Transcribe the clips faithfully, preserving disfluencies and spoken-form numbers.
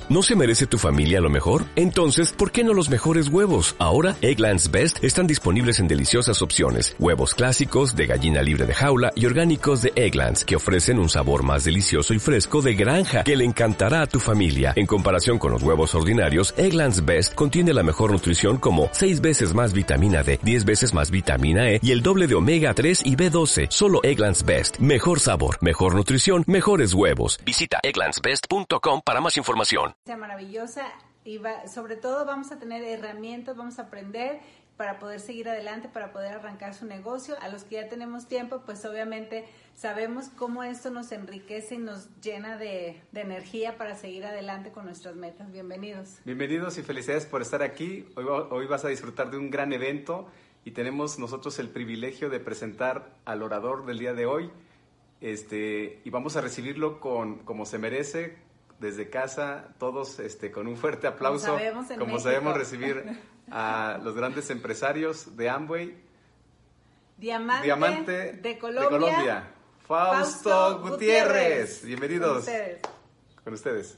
¿No se merece tu familia lo mejor? Entonces, ¿por qué no los mejores huevos? Ahora, Eggland's Best están disponibles en deliciosas opciones. Huevos clásicos, de gallina libre de jaula y orgánicos de Eggland's, que ofrecen un sabor más delicioso y fresco de granja que le encantará a tu familia. En comparación con los huevos ordinarios, Eggland's Best contiene la mejor nutrición como seis veces más vitamina D, diez veces más vitamina E y el doble de omega tres y B doce. Solo Eggland's Best. Mejor sabor, mejor nutrición, mejores huevos. Visita egglands best punto com para más información. Sea maravillosa y va, sobre todo vamos a tener herramientas, vamos a aprender para poder seguir adelante, para poder arrancar su negocio. A los que ya tenemos tiempo, pues obviamente sabemos cómo esto nos enriquece y nos llena de, de energía para seguir adelante con nuestras metas. Bienvenidos. Bienvenidos y felicidades por estar aquí. Hoy, hoy vas a disfrutar de un gran evento y tenemos nosotros el privilegio de presentar al orador del día de hoy. Este, y vamos a recibirlo con, como se merece, desde casa, todos este, con un fuerte aplauso, como sabemos, en como sabemos recibir a los grandes empresarios de Amway. Diamante, Diamante de Colombia, de Colombia. Fausto, Fausto Gutiérrez. Gutiérrez. Bienvenidos. Con ustedes. Con ustedes.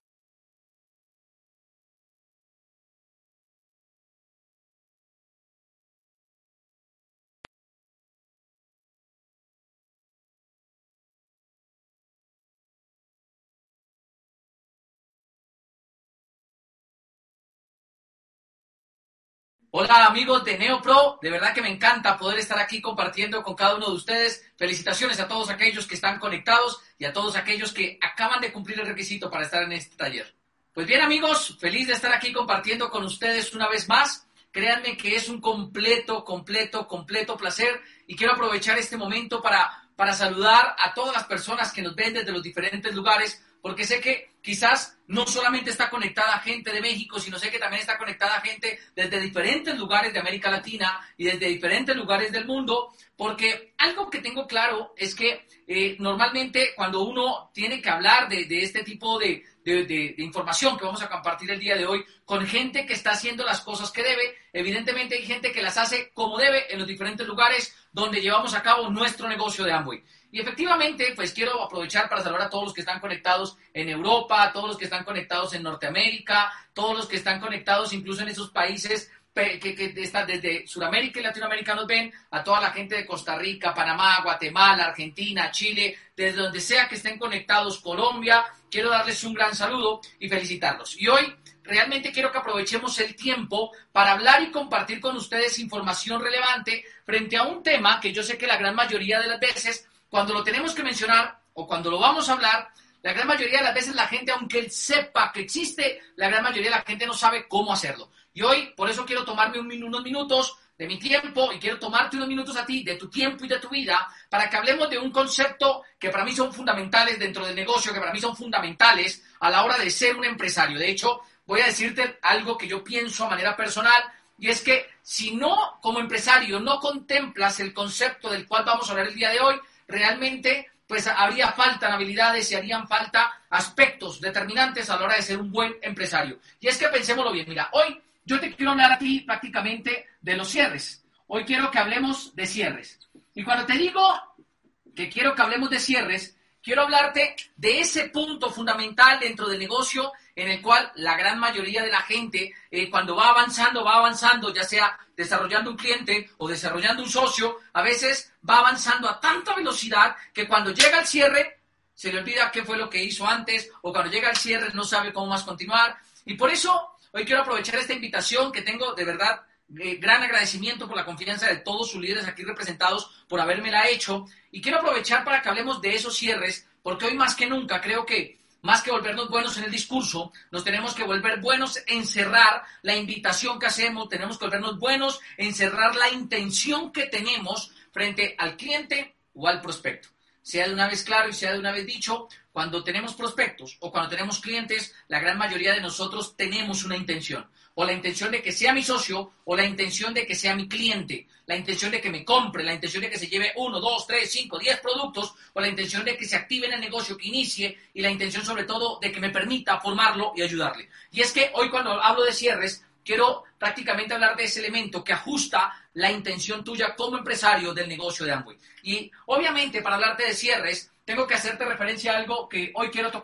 Hola amigos de NeoPro, de verdad que me encanta poder estar aquí compartiendo con cada uno de ustedes. Felicitaciones a todos aquellos que están conectados y a todos aquellos que acaban de cumplir el requisito para estar en este taller. Pues bien amigos, feliz de estar aquí compartiendo con ustedes una vez más. Créanme que es un completo, completo, completo placer y quiero aprovechar este momento para, para saludar a todas las personas que nos ven desde los diferentes lugares, porque sé que quizás no solamente está conectada gente de México, sino sé que también está conectada gente desde diferentes lugares de América Latina y desde diferentes lugares del mundo, porque algo que tengo claro es que eh, normalmente cuando uno tiene que hablar de, de este tipo de, de, de, de información que vamos a compartir el día de hoy con gente que está haciendo las cosas que debe, evidentemente hay gente que las hace como debe en los diferentes lugares donde llevamos a cabo nuestro negocio de Amway. Y efectivamente, pues quiero aprovechar para saludar a todos los que están conectados en Europa, a todos los que están conectados en Norteamérica, todos los que están conectados incluso en esos países que, que están desde Sudamérica y Latinoamérica nos ven, a toda la gente de Costa Rica, Panamá, Guatemala, Argentina, Chile, desde donde sea que estén conectados, Colombia, quiero darles un gran saludo y felicitarlos. Y hoy realmente quiero que aprovechemos el tiempo para hablar y compartir con ustedes información relevante frente a un tema que yo sé que la gran mayoría de las veces cuando lo tenemos que mencionar o cuando lo vamos a hablar, la gran mayoría de las veces la gente, aunque sepa que existe, la gran mayoría de la gente no sabe cómo hacerlo. Y hoy, por eso quiero tomarme un, unos minutos de mi tiempo y quiero tomarte unos minutos a ti, de tu tiempo y de tu vida, para que hablemos de un concepto que para mí son fundamentales dentro del negocio, que para mí son fundamentales a la hora de ser un empresario. De hecho, voy a decirte algo que yo pienso a manera personal, y es que si no, como empresario, no contemplas el concepto del cual vamos a hablar el día de hoy, realmente pues habría falta habilidades y harían falta aspectos determinantes a la hora de ser un buen empresario. Y es que pensémoslo bien, mira, hoy yo te quiero hablar a ti prácticamente de los cierres. Hoy quiero que hablemos de cierres. Y cuando te digo que quiero que hablemos de cierres, quiero hablarte de ese punto fundamental dentro del negocio en el cual la gran mayoría de la gente, eh, cuando va avanzando, va avanzando, ya sea desarrollando un cliente o desarrollando un socio, a veces va avanzando a tanta velocidad que cuando llega al cierre se le olvida qué fue lo que hizo antes, o cuando llega al cierre no sabe cómo más continuar. Y por eso hoy quiero aprovechar esta invitación que tengo de verdad. Eh, gran agradecimiento por la confianza de todos sus líderes aquí representados por habérmela hecho, y quiero aprovechar para que hablemos de esos cierres, porque hoy más que nunca creo que más que volvernos buenos en el discurso, nos tenemos que volver buenos en cerrar la invitación que hacemos, tenemos que volvernos buenos en cerrar la intención que tenemos frente al cliente o al prospecto. Sea de una vez claro y sea de una vez dicho, cuando tenemos prospectos o cuando tenemos clientes, la gran mayoría de nosotros tenemos una intención. O la intención de que sea mi socio, o la intención de que sea mi cliente, la intención de que me compre, la intención de que se lleve uno, dos, tres, cinco, diez productos, o la intención de que se active en el negocio, que inicie, y la intención sobre todo de que me permita formarlo y ayudarle. Y es que hoy cuando hablo de cierres, quiero prácticamente hablar de ese elemento que ajusta la intención tuya como empresario del negocio de Amway. Y obviamente para hablarte de cierres, tengo que hacerte referencia a algo que hoy quiero tocar,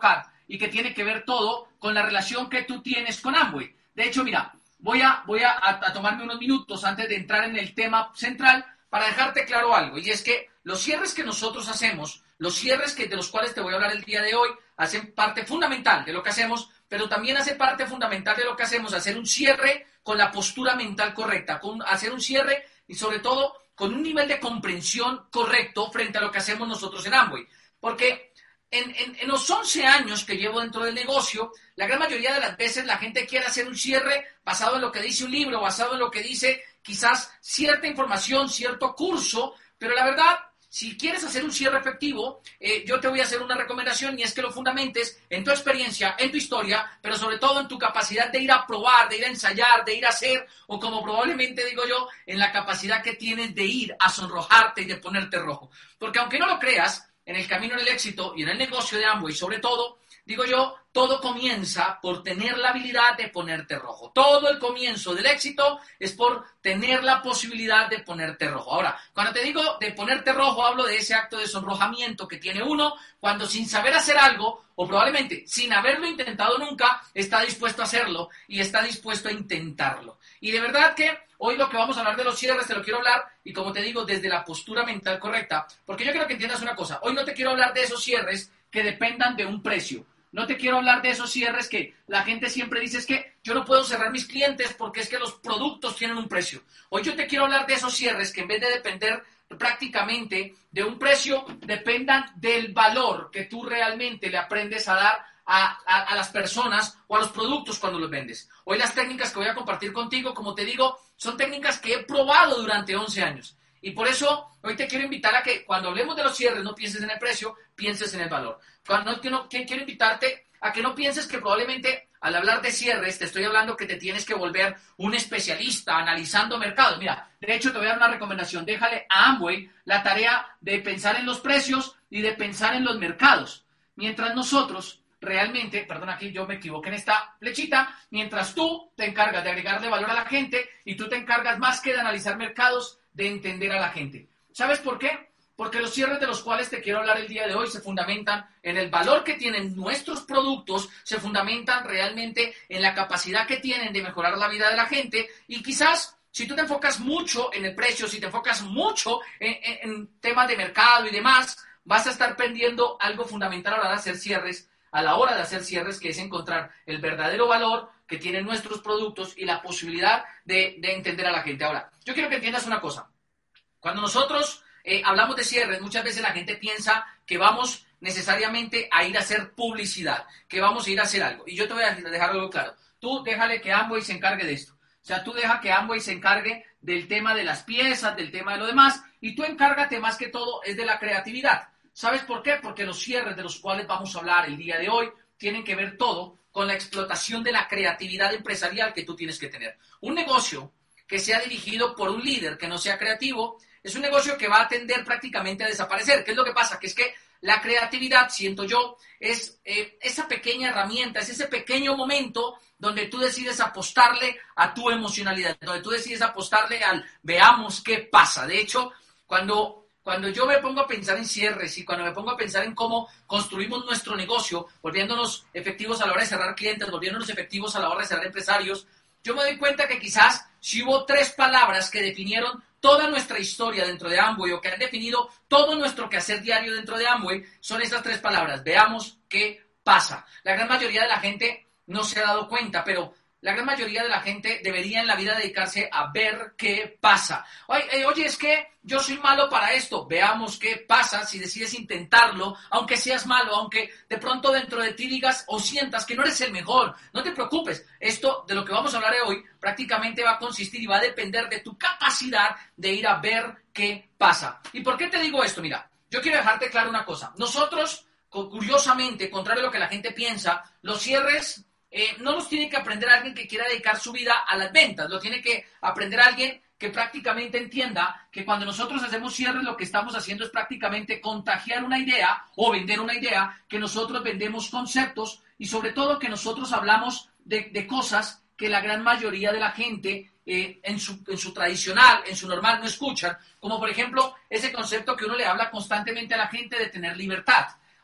y que tiene que ver todo con la relación que tú tienes con Amway. De hecho, mira, voy a, voy a, a tomarme unos minutos antes de entrar en el tema central para dejarte claro algo, y es que los cierres que nosotros hacemos, los cierres que, de los cuales te voy a hablar el día de hoy, hacen parte fundamental de lo que hacemos, pero también hace parte fundamental de lo que hacemos, hacer un cierre con la postura mental correcta, con, hacer un cierre y sobre todo con un nivel de comprensión correcto frente a lo que hacemos nosotros en Amway. Porque en, en, en los once años que llevo dentro del negocio, la gran mayoría de las veces la gente quiere hacer un cierre basado en lo que dice un libro, basado en lo que dice quizás cierta información, cierto curso, pero la verdad, si quieres hacer un cierre efectivo, eh, yo te voy a hacer una recomendación y es que lo fundamentes en tu experiencia, en tu historia, pero sobre todo en tu capacidad de ir a probar, de ir a ensayar, de ir a hacer, o como probablemente digo yo, en la capacidad que tienes de ir a sonrojarte y de ponerte rojo. Porque aunque no lo creas, en el camino del éxito y en el negocio de Amway, sobre todo, digo yo, todo comienza por tener la habilidad de ponerte rojo. Todo el comienzo del éxito es por tener la posibilidad de ponerte rojo. Ahora, cuando te digo de ponerte rojo, hablo de ese acto de sonrojamiento que tiene uno cuando sin saber hacer algo, o probablemente sin haberlo intentado nunca, está dispuesto a hacerlo y está dispuesto a intentarlo. Y de verdad que hoy lo que vamos a hablar de los cierres, te lo quiero hablar, y como te digo, desde la postura mental correcta, porque yo quiero que entiendas una cosa. Hoy no te quiero hablar de esos cierres que dependan de un precio. No te quiero hablar de esos cierres que la gente siempre dice, es que yo no puedo cerrar mis clientes porque es que los productos tienen un precio. Hoy yo te quiero hablar de esos cierres que en vez de depender prácticamente de un precio, dependan del valor que tú realmente le aprendes a dar a, a, a las personas o a los productos cuando los vendes. Hoy las técnicas que voy a compartir contigo, como te digo, son técnicas que he probado durante once años. Y por eso hoy te quiero invitar a que cuando hablemos de los cierres no pienses en el precio, pienses en el valor. Cuando no, quiero invitarte a que no pienses que probablemente al hablar de cierres te estoy hablando que te tienes que volver un especialista analizando mercados. Mira, de hecho te voy a dar una recomendación. Déjale a Amway la tarea de pensar en los precios y de pensar en los mercados. Mientras nosotros realmente, perdón, aquí yo me equivoqué en esta flechita, mientras tú te encargas de agregarle valor a la gente y tú te encargas más que de analizar mercados, de entender a la gente. ¿Sabes por qué? Porque los cierres de los cuales te quiero hablar el día de hoy se fundamentan en el valor que tienen nuestros productos, se fundamentan realmente en la capacidad que tienen de mejorar la vida de la gente, y quizás si tú te enfocas mucho en el precio, si te enfocas mucho en, en, en temas de mercado y demás, vas a estar perdiendo algo fundamental a la hora de hacer cierres, a la hora de hacer cierres, que es encontrar el verdadero valor que tienen nuestros productos y la posibilidad de, de entender a la gente. Ahora, yo quiero que entiendas una cosa. Cuando nosotros eh, hablamos de cierres, muchas veces la gente piensa que vamos necesariamente a ir a hacer publicidad, que vamos a ir a hacer algo. Y yo te voy a dejar algo claro. Tú déjale que Amway se encargue de esto. O sea, tú deja que Amway se encargue del tema de las piezas, del tema de lo demás, y tú encárgate más que todo es de la creatividad. ¿Sabes por qué? Porque los cierres de los cuales vamos a hablar el día de hoy tienen que ver todo con la explotación de la creatividad empresarial que tú tienes que tener. Un negocio que sea dirigido por un líder que no sea creativo es un negocio que va a tender prácticamente a desaparecer. ¿Qué es lo que pasa? Que es que la creatividad, siento yo, es eh, esa pequeña herramienta, es ese pequeño momento donde tú decides apostarle a tu emocionalidad, donde tú decides apostarle al veamos qué pasa. De hecho, cuando... Cuando yo me pongo a pensar en cierres y cuando me pongo a pensar en cómo construimos nuestro negocio, volviéndonos efectivos a la hora de cerrar clientes, volviéndonos efectivos a la hora de cerrar empresarios, yo me doy cuenta que quizás si hubo tres palabras que definieron toda nuestra historia dentro de Amway o que han definido todo nuestro quehacer diario dentro de Amway, son estas tres palabras. Veamos qué pasa. La gran mayoría de la gente no se ha dado cuenta, pero la gran mayoría de la gente debería en la vida dedicarse a ver qué pasa. Oye, eh, oye, es que yo soy malo para esto. Veamos qué pasa si decides intentarlo, aunque seas malo, aunque de pronto dentro de ti digas o sientas que no eres el mejor. No te preocupes. Esto de lo que vamos a hablar hoy prácticamente va a consistir y va a depender de tu capacidad de ir a ver qué pasa. ¿Y por qué te digo esto? Mira, yo quiero dejarte claro una cosa. Nosotros, curiosamente, contrario a lo que la gente piensa, los cierres... Eh, no los tiene que aprender alguien que quiera dedicar su vida a las ventas, lo tiene que aprender alguien que prácticamente entienda que cuando nosotros hacemos cierres lo que estamos haciendo es prácticamente contagiar una idea o vender una idea, que nosotros vendemos conceptos y sobre todo que nosotros hablamos de, de cosas que la gran mayoría de la gente eh, en, su, en su tradicional, en su normal no escuchan, como por ejemplo ese concepto que uno le habla constantemente a la gente de tener libertad.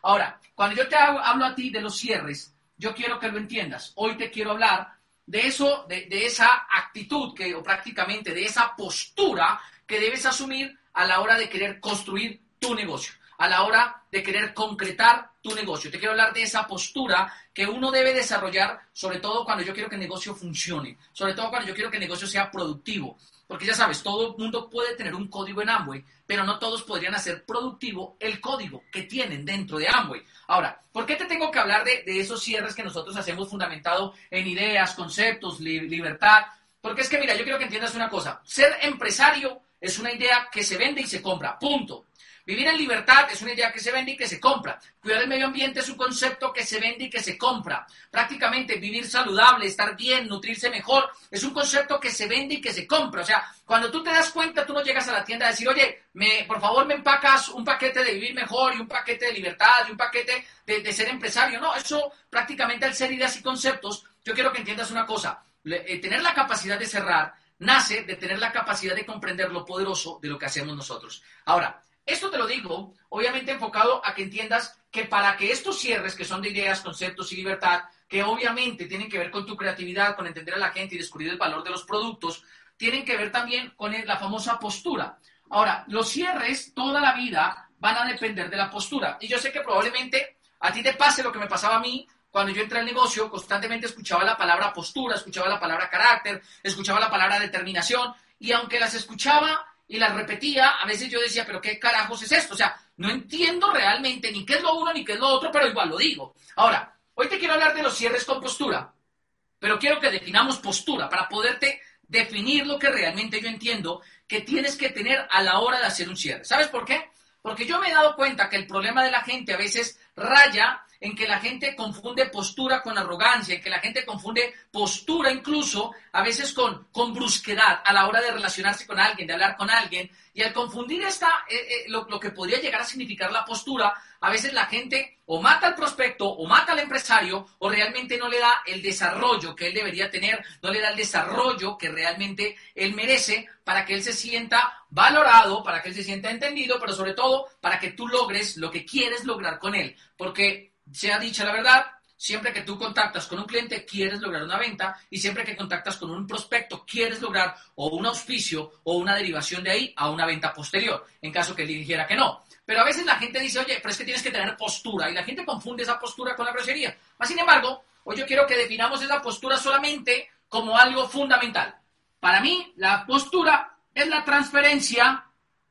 Ahora, cuando yo te hablo a ti de los cierres, yo quiero que lo entiendas. Hoy te quiero hablar de eso, de, de esa actitud, que, o prácticamente de esa postura que debes asumir a la hora de querer construir tu negocio, a la hora de querer concretar tu negocio. Te quiero hablar de esa postura que uno debe desarrollar, sobre todo cuando yo quiero que el negocio funcione, sobre todo cuando yo quiero que el negocio sea productivo. Porque ya sabes, todo el mundo puede tener un código en Amway, pero no todos podrían hacer productivo el código que tienen dentro de Amway. Ahora, ¿por qué te tengo que hablar de, de esos cierres que nosotros hacemos fundamentado en ideas, conceptos, li- libertad? Porque es que, mira, yo quiero que entiendas una cosa. Ser empresario es una idea que se vende y se compra, punto. Vivir en libertad es una idea que se vende y que se compra. Cuidar el medio ambiente es un concepto que se vende y que se compra. Prácticamente vivir saludable, estar bien, nutrirse mejor, es un concepto que se vende y que se compra. O sea, cuando tú te das cuenta, tú no llegas a la tienda a decir, oye, me, por favor me empacas un paquete de vivir mejor y un paquete de libertad y un paquete de, de ser empresario. No, eso prácticamente al ser ideas y conceptos, yo quiero que entiendas una cosa. Le, eh, tener la capacidad de cerrar nace de tener la capacidad de comprender lo poderoso de lo que hacemos nosotros. Ahora, esto te lo digo, obviamente enfocado a que entiendas que para que estos cierres, que son de ideas, conceptos y libertad, que obviamente tienen que ver con tu creatividad, con entender a la gente y descubrir el valor de los productos, tienen que ver también con la famosa postura. Ahora, los cierres toda la vida van a depender de la postura. Y yo sé que probablemente a ti te pase lo que me pasaba a mí cuando yo entré al negocio, constantemente escuchaba la palabra postura, escuchaba la palabra carácter, escuchaba la palabra determinación, y aunque las escuchaba y las repetía, a veces yo decía, pero ¿qué carajos es esto? O sea, no entiendo realmente ni qué es lo uno ni qué es lo otro, pero igual lo digo. Ahora, hoy te quiero hablar de los cierres con postura, pero quiero que definamos postura para poderte definir lo que realmente yo entiendo que tienes que tener a la hora de hacer un cierre. ¿Sabes por qué? Porque yo me he dado cuenta que el problema de la gente a veces raya en que la gente confunde postura con arrogancia, en que la gente confunde postura incluso a veces con, con brusquedad a la hora de relacionarse con alguien, de hablar con alguien. Y al confundir esta, eh, eh, lo, lo que podría llegar a significar la postura, a veces la gente o mata al prospecto o mata al empresario o realmente no le da el desarrollo que él debería tener, no le da el desarrollo que realmente él merece para que él se sienta valorado, para que él se sienta entendido, pero sobre todo para que tú logres lo que quieres lograr con él. Porque sea dicha la verdad, siempre que tú contactas con un cliente, quieres lograr una venta, y siempre que contactas con un prospecto, quieres lograr o un auspicio o una derivación de ahí a una venta posterior, en caso que él dijera que no. Pero a veces la gente dice, oye, pero es que tienes que tener postura, y la gente confunde esa postura con la grosería. Mas, sin embargo, hoy yo quiero que definamos esa postura solamente como algo fundamental. Para mí, la postura es la transferencia,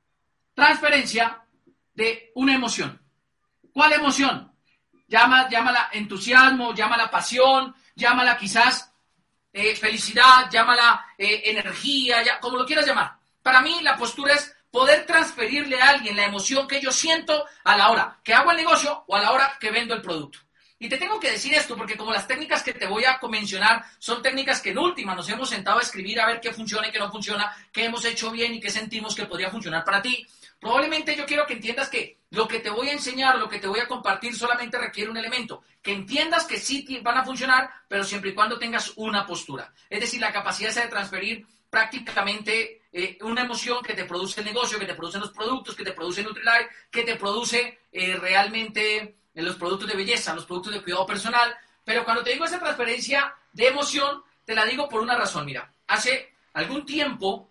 transferencia de una emoción. ¿Cuál emoción? Llama, llámala entusiasmo, llámala pasión, llámala quizás eh, felicidad, llámala eh, energía, ya, como lo quieras llamar. Para mí la postura es poder transferirle a alguien la emoción que yo siento a la hora que hago el negocio o a la hora que vendo el producto. Y te tengo que decir esto porque como las técnicas que te voy a mencionar son técnicas que en última nos hemos sentado a escribir a ver qué funciona y qué no funciona, qué hemos hecho bien y qué sentimos que podría funcionar para ti. Probablemente yo quiero que entiendas que lo que te voy a enseñar, lo que te voy a compartir solamente requiere un elemento. Que entiendas que sí van a funcionar, pero siempre y cuando tengas una postura. Es decir, la capacidad esa de transferir prácticamente eh, una emoción que te produce el negocio, que te producen los productos, que te produce Nutrilite, que te produce eh, realmente eh, los productos de belleza, los productos de cuidado personal. Pero cuando te digo esa transferencia de emoción, te la digo por una razón. Mira, hace algún tiempo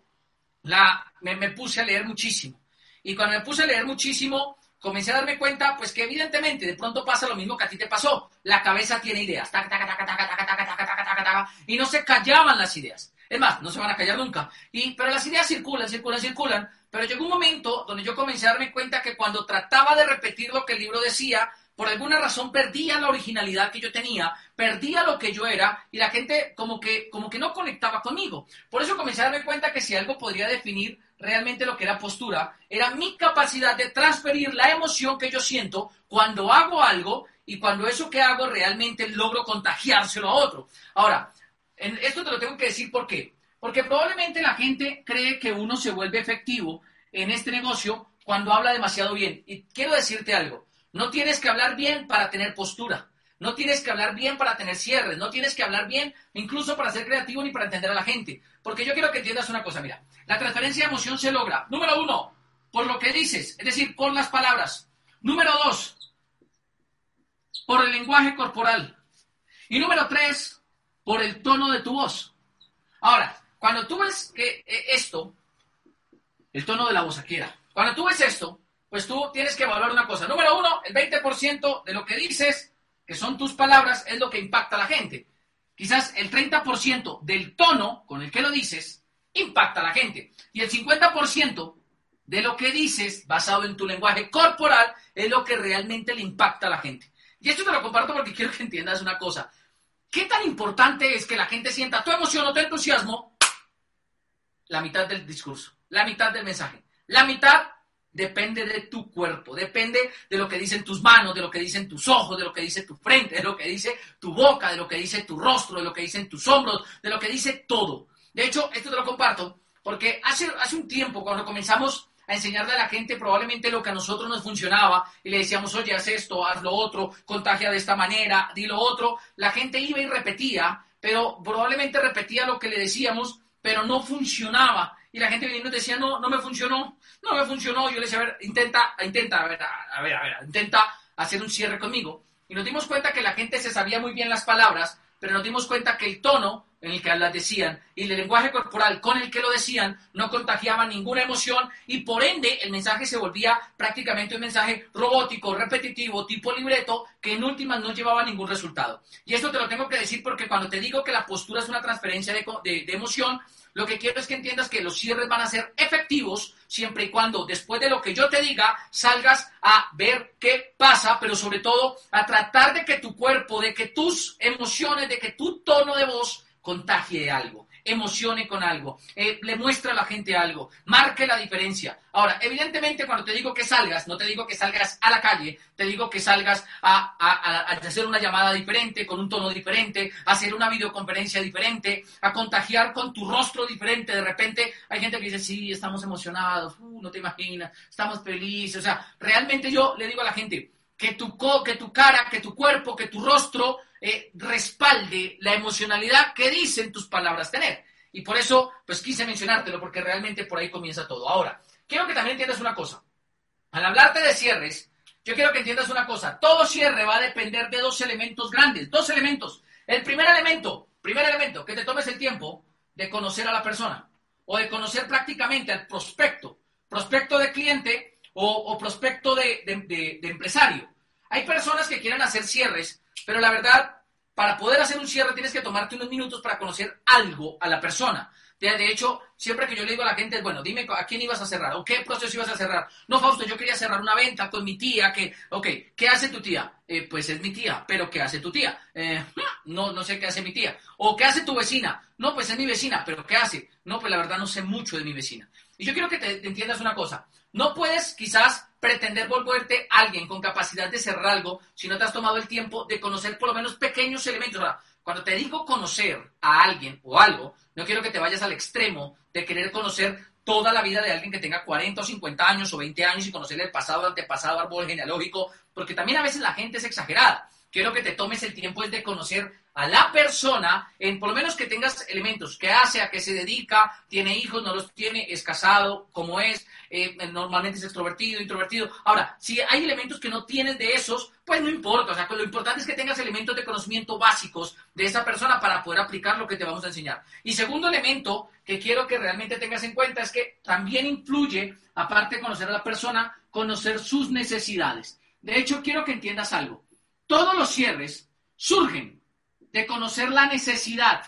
la, me, me puse a leer muchísimo. Y cuando me puse a leer muchísimo, comencé a darme cuenta, pues que evidentemente de pronto pasa lo mismo que a ti te pasó. La cabeza tiene ideas, taca, taca, taca, taca, taca, taca, taca, taca, taca, taca, y no se callaban las ideas. Es más, no se van a callar nunca. Y, pero las ideas circulan, circulan, circulan. Pero llegó un momento donde yo comencé a darme cuenta que cuando trataba de repetir lo que el libro decía, por alguna razón perdía la originalidad que yo tenía, perdía lo que yo era, y la gente como que, como que no conectaba conmigo. Por eso comencé a darme cuenta que si algo podría definir realmente lo que era postura, era mi capacidad de transferir la emoción que yo siento cuando hago algo y cuando eso que hago realmente logro contagiárselo a otro. Ahora, en esto te lo tengo que decir ¿por qué? Porque probablemente la gente cree que uno se vuelve efectivo en este negocio cuando habla demasiado bien. Y quiero decirte algo, no tienes que hablar bien para tener postura. No tienes que hablar bien para tener cierres, no tienes que hablar bien incluso para ser creativo ni para entender a la gente. Porque yo quiero que entiendas una cosa, mira, la transferencia de emoción se logra, número uno, por lo que dices, es decir, por las palabras. Número dos, por el lenguaje corporal. Y número tres, por el tono de tu voz. Ahora, cuando tú ves que eh, esto, el tono de la voz aquí era, cuando tú ves esto, pues tú tienes que evaluar una cosa. Número uno, el veinte por ciento de lo que dices, que son tus palabras, es lo que impacta a la gente. Quizás el treinta por ciento del tono con el que lo dices impacta a la gente. Y el cincuenta por ciento de lo que dices, basado en tu lenguaje corporal, es lo que realmente le impacta a la gente. Y esto te lo comparto porque quiero que entiendas una cosa. ¿Qué tan importante es que la gente sienta tu emoción o tu entusiasmo? La mitad del discurso, la mitad del mensaje. La mitad depende de tu cuerpo, depende de lo que dicen tus manos, de lo que dicen tus ojos, de lo que dice tu frente, de lo que dice tu boca, de lo que dice tu rostro, de lo que dicen tus hombros, de lo que dice todo. De hecho, esto te lo comparto porque hace, hace un tiempo, cuando comenzamos a enseñarle a la gente probablemente lo que a nosotros nos funcionaba y le decíamos, oye, haz esto, haz lo otro, contagia de esta manera, di lo otro, la gente iba y repetía, pero probablemente repetía lo que le decíamos, pero no funcionaba. Y la gente viniendo decía, no, no me funcionó, no me funcionó. Yo le decía, a ver, intenta, intenta, a ver, a ver, a ver, intenta hacer un cierre conmigo. Y nos dimos cuenta que la gente se sabía muy bien las palabras, pero nos dimos cuenta que el tono en el que las decían y el lenguaje corporal con el que lo decían no contagiaba ninguna emoción y por ende el mensaje se volvía prácticamente un mensaje robótico, repetitivo, tipo libreto, que en últimas no llevaba ningún resultado. Y esto te lo tengo que decir porque cuando te digo que la postura es una transferencia de, de, de emoción, lo que quiero es que entiendas que los cierres van a ser efectivos siempre y cuando después de lo que yo te diga salgas a ver qué pasa, pero sobre todo a tratar de que tu cuerpo, de que tus emociones, de que tu tono de voz contagie algo, emocione con algo, eh, le muestre a la gente algo, marque la diferencia. Ahora, evidentemente cuando te digo que salgas, no te digo que salgas a la calle, te digo que salgas a, a, a hacer una llamada diferente, con un tono diferente, a hacer una videoconferencia diferente, a contagiar con tu rostro diferente. De repente hay gente que dice, sí, estamos emocionados, uh, no te imaginas, estamos felices. O sea, realmente yo le digo a la gente que tu, co que tu cara, que tu cuerpo, que tu rostro eh, respalde la emocionalidad que dicen tus palabras tener. Y por eso, pues quise mencionártelo, porque realmente por ahí comienza todo. Ahora, quiero que también entiendas una cosa. Al hablarte de cierres, yo quiero que entiendas una cosa. Todo cierre va a depender de dos elementos grandes, dos elementos. El primer elemento, primer elemento, que te tomes el tiempo de conocer a la persona o de conocer prácticamente al prospecto, prospecto de cliente o, o prospecto de, de, de, de empresario. Hay personas que quieren hacer cierres, pero la verdad, para poder hacer un cierre tienes que tomarte unos minutos para conocer algo a la persona. De, de hecho, siempre que yo le digo a la gente, bueno, dime a quién ibas a cerrar o qué proceso ibas a cerrar. No, Fausto, yo quería cerrar una venta con mi tía, que, ok, ¿qué hace tu tía? Eh, pues es mi tía, pero ¿qué hace tu tía? Eh, no, no sé qué hace mi tía. O ¿qué hace tu vecina? No, pues es mi vecina, pero ¿qué hace? No, pues la verdad no sé mucho de mi vecina. Y yo quiero que te, te entiendas una cosa. No puedes quizás pretender volverte alguien con capacidad de cerrar algo si no te has tomado el tiempo de conocer por lo menos pequeños elementos. Ahora, cuando te digo conocer a alguien o algo, no quiero que te vayas al extremo de querer conocer toda la vida de alguien que tenga cuarenta o cincuenta años o veinte años y conocerle el pasado, antepasado, árbol genealógico, porque también a veces la gente es exagerada. Quiero que te tomes el tiempo de conocer a la persona, en por lo menos que tengas elementos, qué hace, a qué se dedica, tiene hijos, no los tiene, es casado, cómo es, eh, normalmente es extrovertido, introvertido. Ahora, si hay elementos que no tienes de esos, pues no importa, o sea, lo importante es que tengas elementos de conocimiento básicos de esa persona para poder aplicar lo que te vamos a enseñar. Y segundo elemento que quiero que realmente tengas en cuenta es que también influye, aparte de conocer a la persona, conocer sus necesidades. De hecho, quiero que entiendas algo. Todos los cierres surgen de conocer la necesidad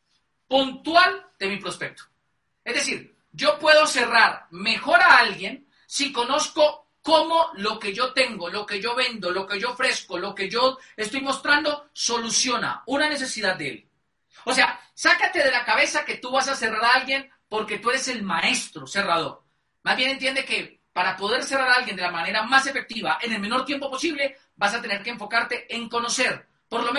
puntual de mi prospecto. Es decir, yo puedo cerrar mejor a alguien si conozco cómo lo que yo tengo, lo que yo vendo, lo que yo ofrezco, lo que yo estoy mostrando, soluciona una necesidad de él. O sea, sácate de la cabeza que tú vas a cerrar a alguien porque tú eres el maestro cerrador. Más bien entiende que para poder cerrar a alguien de la manera más efectiva, en el menor tiempo posible, vas a tener que enfocarte en conocer por lo menos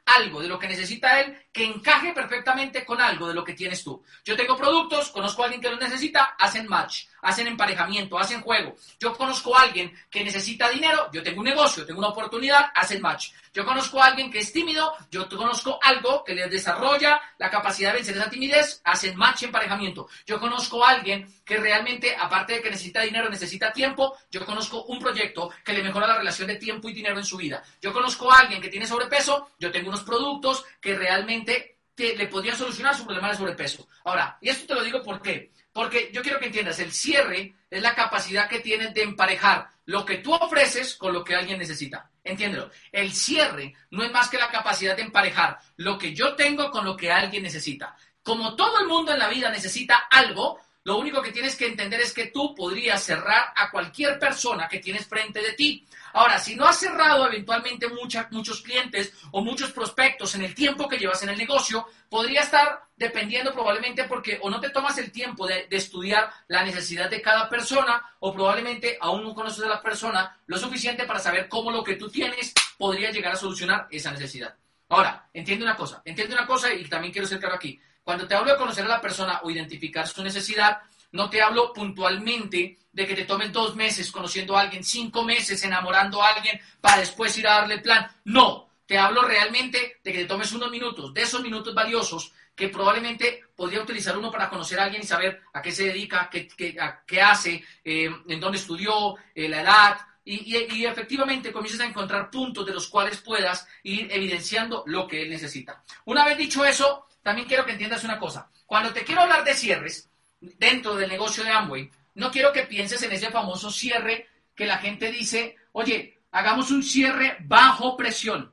algo de lo que necesita él que encaje perfectamente con algo de lo que tienes tú. Yo tengo productos, conozco a alguien que los necesita, hacen match, hacen emparejamiento, hacen juego. Yo conozco a alguien que necesita dinero, yo tengo un negocio, tengo una oportunidad, hacen match. Yo conozco a alguien que es tímido, yo conozco algo que les desarrolla la capacidad de vencer esa timidez, hacen match, emparejamiento. Yo conozco a alguien que realmente, aparte de que necesita dinero, necesita tiempo, yo conozco un proyecto que le mejora la relación de tiempo y dinero en su vida. Yo conozco a alguien que tiene sobrepeso, yo tengo unos productos que realmente te, le podrían solucionar su problema de sobrepeso. Ahora, y esto te lo digo ¿por qué? Porque yo quiero que entiendas, el cierre es la capacidad que tienes de emparejar lo que tú ofreces con lo que alguien necesita. Entiéndelo. El cierre no es más que la capacidad de emparejar lo que yo tengo con lo que alguien necesita. Como todo el mundo en la vida necesita algo, lo único que tienes que entender es que tú podrías cerrar a cualquier persona que tienes frente de ti. Ahora, si no has cerrado eventualmente mucha, muchos clientes o muchos prospectos en el tiempo que llevas en el negocio, podría estar dependiendo probablemente porque o no te tomas el tiempo de, de estudiar la necesidad de cada persona o probablemente aún no conoces a la persona lo suficiente para saber cómo lo que tú tienes podría llegar a solucionar esa necesidad. Ahora, entiende una cosa, entiende una cosa y también quiero ser claro aquí. Cuando te hablo de conocer a la persona o identificar su necesidad, no te hablo puntualmente de que te tomes dos meses conociendo a alguien, cinco meses enamorando a alguien para después ir a darle el plan. No, te hablo realmente de que te tomes unos minutos, de esos minutos valiosos que probablemente podría utilizar uno para conocer a alguien y saber a qué se dedica, qué, qué, a qué hace, eh, en dónde estudió, eh, la edad. Y, y, y efectivamente comienzas a encontrar puntos de los cuales puedas ir evidenciando lo que él necesita. Una vez dicho eso, también quiero que entiendas una cosa. Cuando te quiero hablar de cierres dentro del negocio de Amway, no quiero que pienses en ese famoso cierre que la gente dice, oye, hagamos un cierre bajo presión,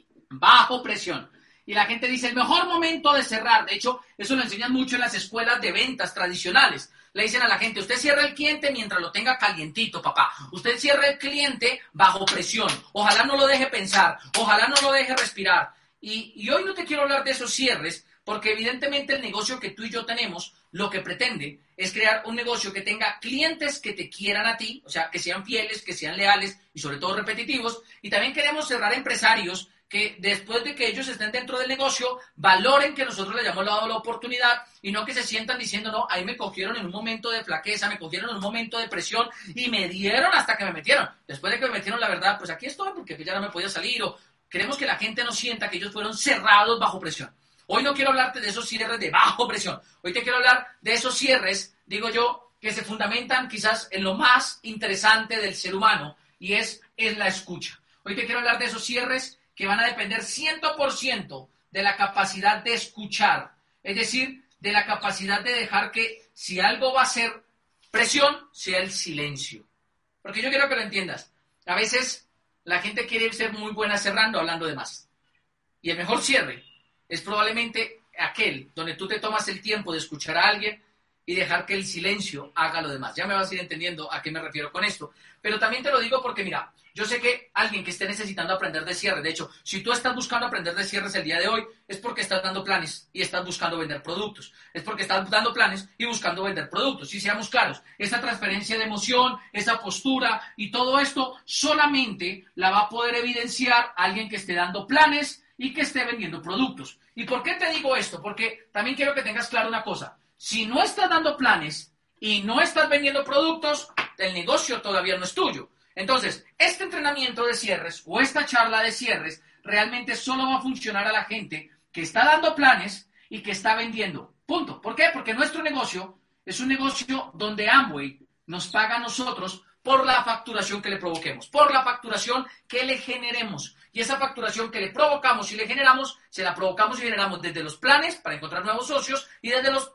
bajo presión. Y la gente dice, el mejor momento de cerrar, de hecho, eso lo enseñan mucho en las escuelas de ventas tradicionales. Le dicen a la gente, usted cierra el cliente mientras lo tenga calientito, papá. Usted cierra el cliente bajo presión. Ojalá no lo deje pensar, ojalá no lo deje respirar. Y, y hoy no te quiero hablar de esos cierres, porque evidentemente el negocio que tú y yo tenemos, lo que pretende es crear un negocio que tenga clientes que te quieran a ti, o sea, que sean fieles, que sean leales y sobre todo repetitivos. Y también queremos cerrar empresarios que después de que ellos estén dentro del negocio, valoren que nosotros les hayamos dado la oportunidad y no que se sientan diciendo, no, ahí me cogieron en un momento de flaqueza, me cogieron en un momento de presión y me dieron hasta que me metieron. Después de que me metieron, la verdad, pues aquí estoy porque ya no me podía salir. O queremos que la gente no sienta que ellos fueron cerrados bajo presión. Hoy no quiero hablarte de esos cierres de bajo presión. Hoy te quiero hablar de esos cierres, digo yo, que se fundamentan quizás en lo más interesante del ser humano y es, es la escucha. Hoy te quiero hablar de esos cierres que van a depender cien por ciento de la capacidad de escuchar. Es decir, de la capacidad de dejar que si algo va a ser presión, sea el silencio. Porque yo quiero que lo entiendas. A veces la gente quiere ser muy buena cerrando, hablando de más. Y el mejor cierre es probablemente aquel donde tú te tomas el tiempo de escuchar a alguien y dejar que el silencio haga lo demás. Ya me vas a ir entendiendo a qué me refiero con esto. Pero también te lo digo porque, mira, yo sé que alguien que esté necesitando aprender de cierre, de hecho, si tú estás buscando aprender de cierres el día de hoy, es porque estás dando planes y estás buscando vender productos. Es porque estás dando planes y buscando vender productos. Y seamos claros, esa transferencia de emoción, esa postura y todo esto solamente la va a poder evidenciar alguien que esté dando planes y que esté vendiendo productos. ¿Y por qué te digo esto? Porque también quiero que tengas claro una cosa. Si no estás dando planes y no estás vendiendo productos, el negocio todavía no es tuyo. Entonces, este entrenamiento de cierres o esta charla de cierres realmente solo va a funcionar a la gente que está dando planes y que está vendiendo. Punto. ¿Por qué? Porque nuestro negocio es un negocio donde Amway nos paga a nosotros por la facturación que le provoquemos, por la facturación que le generemos. Y esa facturación que le provocamos y le generamos, se la provocamos y generamos desde los planes para encontrar nuevos socios y desde los,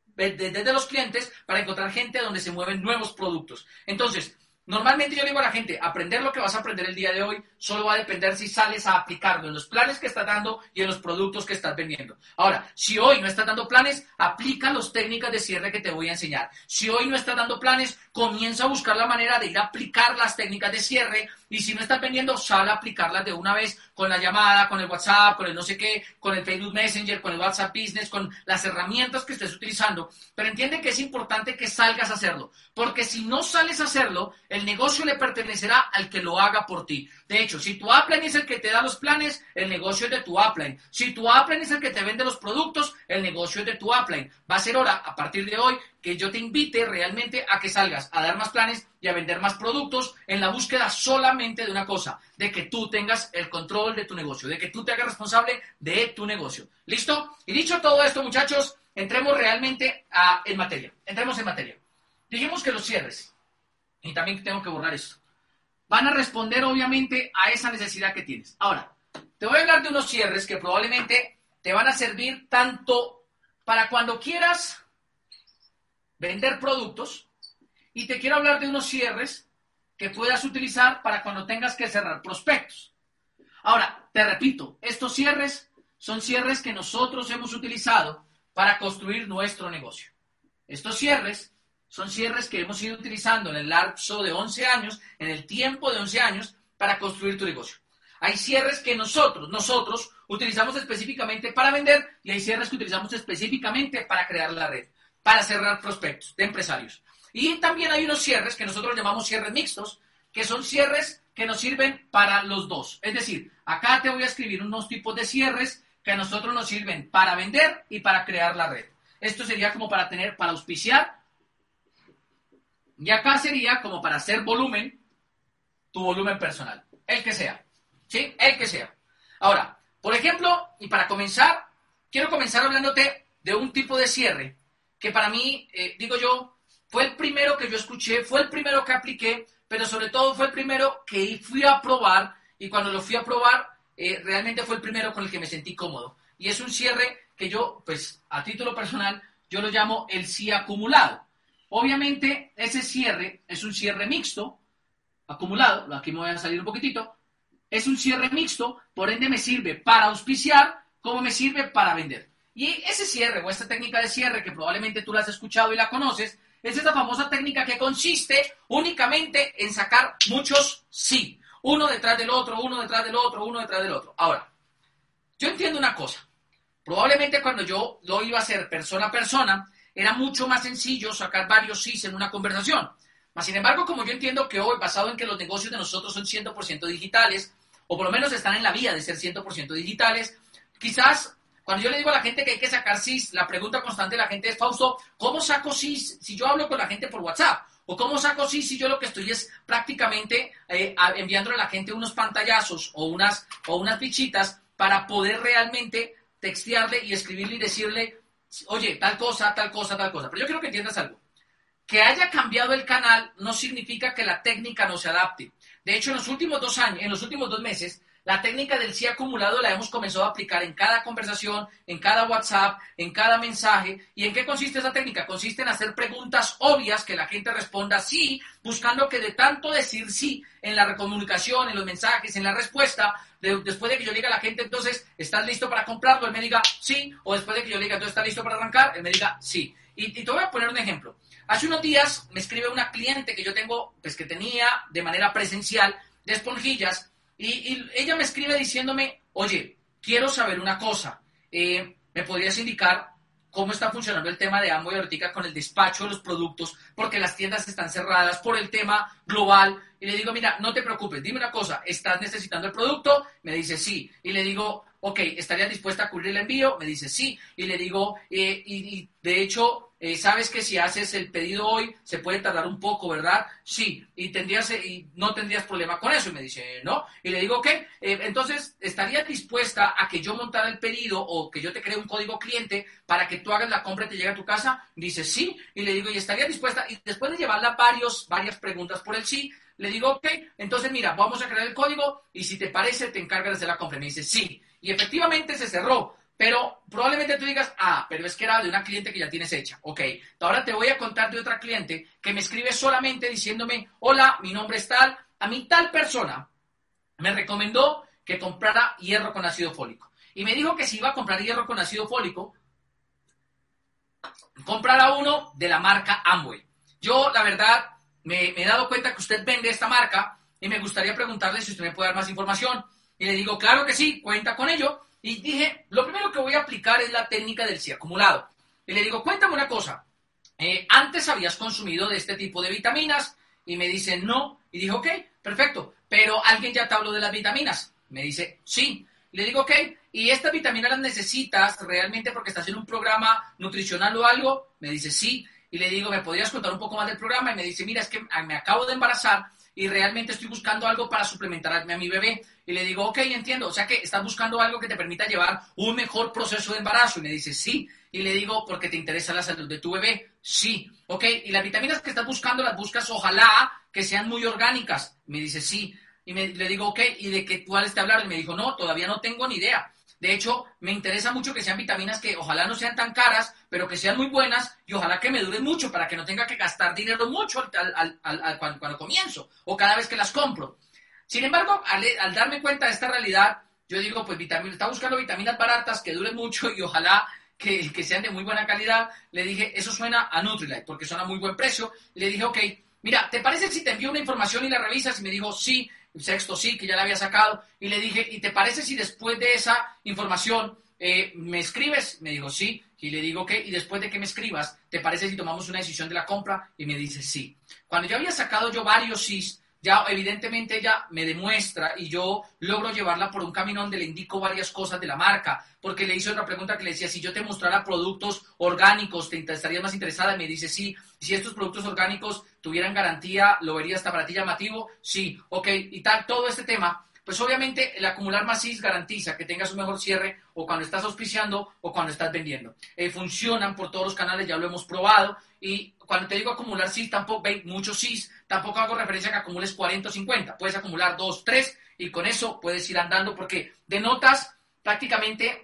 desde los clientes para encontrar gente donde se mueven nuevos productos. Entonces, normalmente yo digo a la gente, aprender lo que vas a aprender el día de hoy solo va a depender si sales a aplicarlo en los planes que estás dando y en los productos que estás vendiendo. Ahora, si hoy no estás dando planes, aplica las técnicas de cierre que te voy a enseñar. Si hoy no estás dando planes, comienza a buscar la manera de ir a aplicar las técnicas de cierre Y si no estás vendiendo, sal a aplicarlas de una vez con la llamada, con el WhatsApp, con el no sé qué, con el Facebook Messenger, con el WhatsApp Business, con las herramientas que estés utilizando. Pero entiende que es importante que salgas a hacerlo, porque si no sales a hacerlo, el negocio le pertenecerá al que lo haga por ti. De hecho, si tu upline es el que te da los planes, el negocio es de tu upline. Si tu upline es el que te vende los productos, el negocio es de tu upline. Va a ser hora, a partir de hoy, que yo te invite realmente a que salgas a dar más planes y a vender más productos en la búsqueda solamente de una cosa, de que tú tengas el control de tu negocio, de que tú te hagas responsable de tu negocio. ¿Listo? Y dicho todo esto, muchachos, entremos realmente a, en materia. Entremos en materia. Dijimos que los cierres, y también tengo que borrar esto, van a responder obviamente a esa necesidad que tienes. Ahora, te voy a hablar de unos cierres que probablemente te van a servir tanto para cuando quieras vender productos, y te quiero hablar de unos cierres que puedas utilizar para cuando tengas que cerrar prospectos. Ahora, te repito, estos cierres son cierres que nosotros hemos utilizado para construir nuestro negocio. Estos cierres son cierres que hemos ido utilizando en el lapso de once años, en el tiempo de once años, para construir tu negocio. Hay cierres que nosotros, nosotros utilizamos específicamente para vender, y hay cierres que utilizamos específicamente para crear la red, para cerrar prospectos de empresarios. Y también hay unos cierres que nosotros llamamos cierres mixtos, que son cierres que nos sirven para los dos. Es decir, acá te voy a escribir unos tipos de cierres que a nosotros nos sirven para vender y para crear la red. Esto sería como para tener, para auspiciar, y acá sería como para hacer volumen, tu volumen personal, el que sea, ¿sí? El que sea. Ahora, por ejemplo, y para comenzar, quiero comenzar hablándote de un tipo de cierre que para mí, eh, digo yo, fue el primero que yo escuché, fue el primero que apliqué, pero sobre todo fue el primero que fui a probar, y cuando lo fui a probar, eh, realmente fue el primero con el que me sentí cómodo. Y es un cierre que yo, pues, a título personal, yo lo llamo el sí acumulado. Obviamente, ese cierre es un cierre mixto, acumulado, aquí me voy a salir un poquitito, es un cierre mixto, por ende me sirve para auspiciar, como me sirve para vender. Y ese cierre, o esta técnica de cierre, que probablemente tú la has escuchado y la conoces, es esa famosa técnica que consiste únicamente en sacar muchos sí. Uno detrás del otro, uno detrás del otro, uno detrás del otro. Ahora, yo entiendo una cosa. Probablemente cuando yo lo iba a hacer persona a persona, era mucho más sencillo sacar varios sís en una conversación. Mas, sin embargo, como yo entiendo que hoy, basado en que los negocios de nosotros son cien por ciento digitales, o por lo menos están en la vía de ser cien por ciento digitales, quizás cuando yo le digo a la gente que hay que sacar sís, la pregunta constante de la gente es, Fausto, ¿cómo saco sís si yo hablo con la gente por WhatsApp? ¿O cómo saco sís si yo lo que estoy es prácticamente eh, enviándole a la gente unos pantallazos o unas, o unas fichitas para poder realmente textearle y escribirle y decirle, oye, tal cosa, tal cosa, tal cosa? Pero yo quiero que entiendas algo. Que haya cambiado el canal no significa que la técnica no se adapte. De hecho, en los últimos dos años, en los últimos dos meses, la técnica del sí acumulado la hemos comenzado a aplicar en cada conversación, en cada WhatsApp, en cada mensaje. ¿Y en qué consiste esa técnica? Consiste en hacer preguntas obvias que la gente responda sí, buscando que de tanto decir sí en la comunicación, en los mensajes, en la respuesta, de, después de que yo le diga a la gente, entonces, ¿estás listo para comprarlo? Él me diga sí, o después de que yo le diga, entonces, ¿estás listo para arrancar? Él me diga sí. Y, y te voy a poner un ejemplo. Hace unos días me escribe una cliente que yo tengo, pues que tenía de manera presencial, de esponjillas, y, y ella me escribe diciéndome, oye, quiero saber una cosa, eh, ¿me podrías indicar cómo está funcionando el tema de Amway ahorita con el despacho de los productos? Porque las tiendas están cerradas por el tema global. Y le digo, mira, no te preocupes, dime una cosa, ¿estás necesitando el producto? Me dice sí. Y le digo, ok, ¿estarías dispuesta a cubrir el envío? Me dice sí. Y le digo, eh, y, y de hecho, eh, sabes que si haces el pedido hoy, se puede tardar un poco, ¿verdad? Sí. Y tendrías, y no tendrías problema con eso. Y me dice, no. Y le digo, ok, eh, entonces, ¿estarías dispuesta a que yo montara el pedido o que yo te cree un código cliente para que tú hagas la compra y te llegue a tu casa? Dice sí. Y le digo, ¿y estarías dispuesta? Y después de llevarla varios, varias preguntas por el sí, le digo, ok, entonces mira, vamos a crear el código y si te parece, te encargas de hacer la compra. Me dice sí. Y efectivamente se cerró. Pero probablemente tú digas, ah, pero es que era de una cliente que ya tienes hecha. Ok, ahora te voy a contar de otra cliente que me escribe solamente diciéndome, hola, mi nombre es tal, a mí tal persona me recomendó que comprara hierro con ácido fólico. Y me dijo que si iba a comprar hierro con ácido fólico, comprara uno de la marca Amway. Yo, la verdad, me, me he dado cuenta que usted vende esta marca y me gustaría preguntarle si usted me puede dar más información. Y le digo, claro que sí, cuenta con ello. Y dije, lo primero que voy a aplicar es la técnica del sí acumulado. Y le digo, cuéntame una cosa, eh, ¿antes habías consumido de este tipo de vitaminas? Y me dice, no. Y dije, ok, perfecto, pero ¿alguien ya te habló de las vitaminas? Me dice, sí. Y le digo, ok, ¿y estas vitaminas las necesitas realmente porque estás en un programa nutricional o algo? Me dice, sí. Y le digo, ¿me podrías contar un poco más del programa? Y me dice, mira, es que me acabo de embarazar y realmente estoy buscando algo para suplementarme a mi bebé. Y le digo, ok, entiendo, o sea que estás buscando algo que te permita llevar un mejor proceso de embarazo. Y me dice, sí. Y le digo, ¿porque te interesa la salud de tu bebé? Sí. Ok, y las vitaminas que estás buscando, las buscas ojalá que sean muy orgánicas. Me dice, sí. Y me, le digo, ok, ¿y de qué cuáles te hablaron? Y me dijo, no, todavía no tengo ni idea. De hecho, me interesa mucho que sean vitaminas que ojalá no sean tan caras, pero que sean muy buenas y ojalá que me duren mucho para que no tenga que gastar dinero mucho al, al, al, al, cuando, cuando comienzo o cada vez que las compro. Sin embargo, al, al darme cuenta de esta realidad, yo digo, pues vitaminas, está buscando vitaminas baratas que duren mucho y ojalá que, que sean de muy buena calidad. Le dije, eso suena a Nutrilite porque son a muy buen precio. Le dije, ok, mira, ¿te parece si te envío una información y la revisas? Y me dijo, sí. Sexto sí, que ya la había sacado, y le dije, ¿y te parece si después de esa información eh, me escribes? Me dijo, sí, y le digo, ¿qué? Y después de que me escribas, ¿te parece si tomamos una decisión de la compra? Y me dice, sí. Cuando yo había sacado yo varios sís, ya evidentemente ella me demuestra y yo logro llevarla por un camino donde le indico varias cosas de la marca, porque le hice otra pregunta que le decía, si yo te mostrara productos orgánicos, ¿te estarías más interesada? Y me dice, sí. Si estos productos orgánicos tuvieran garantía, ¿lo vería hasta para ti llamativo? Sí, ok, y tal, todo este tema, pues obviamente el acumular más sís garantiza que tengas un mejor cierre o cuando estás auspiciando o cuando estás vendiendo. Eh, funcionan por todos los canales, ya lo hemos probado, y cuando te digo acumular sís, tampoco, ve, muchos sís, tampoco hago referencia a que acumules cuarenta o cincuenta, puedes acumular dos, tres, y con eso puedes ir andando porque denotas prácticamente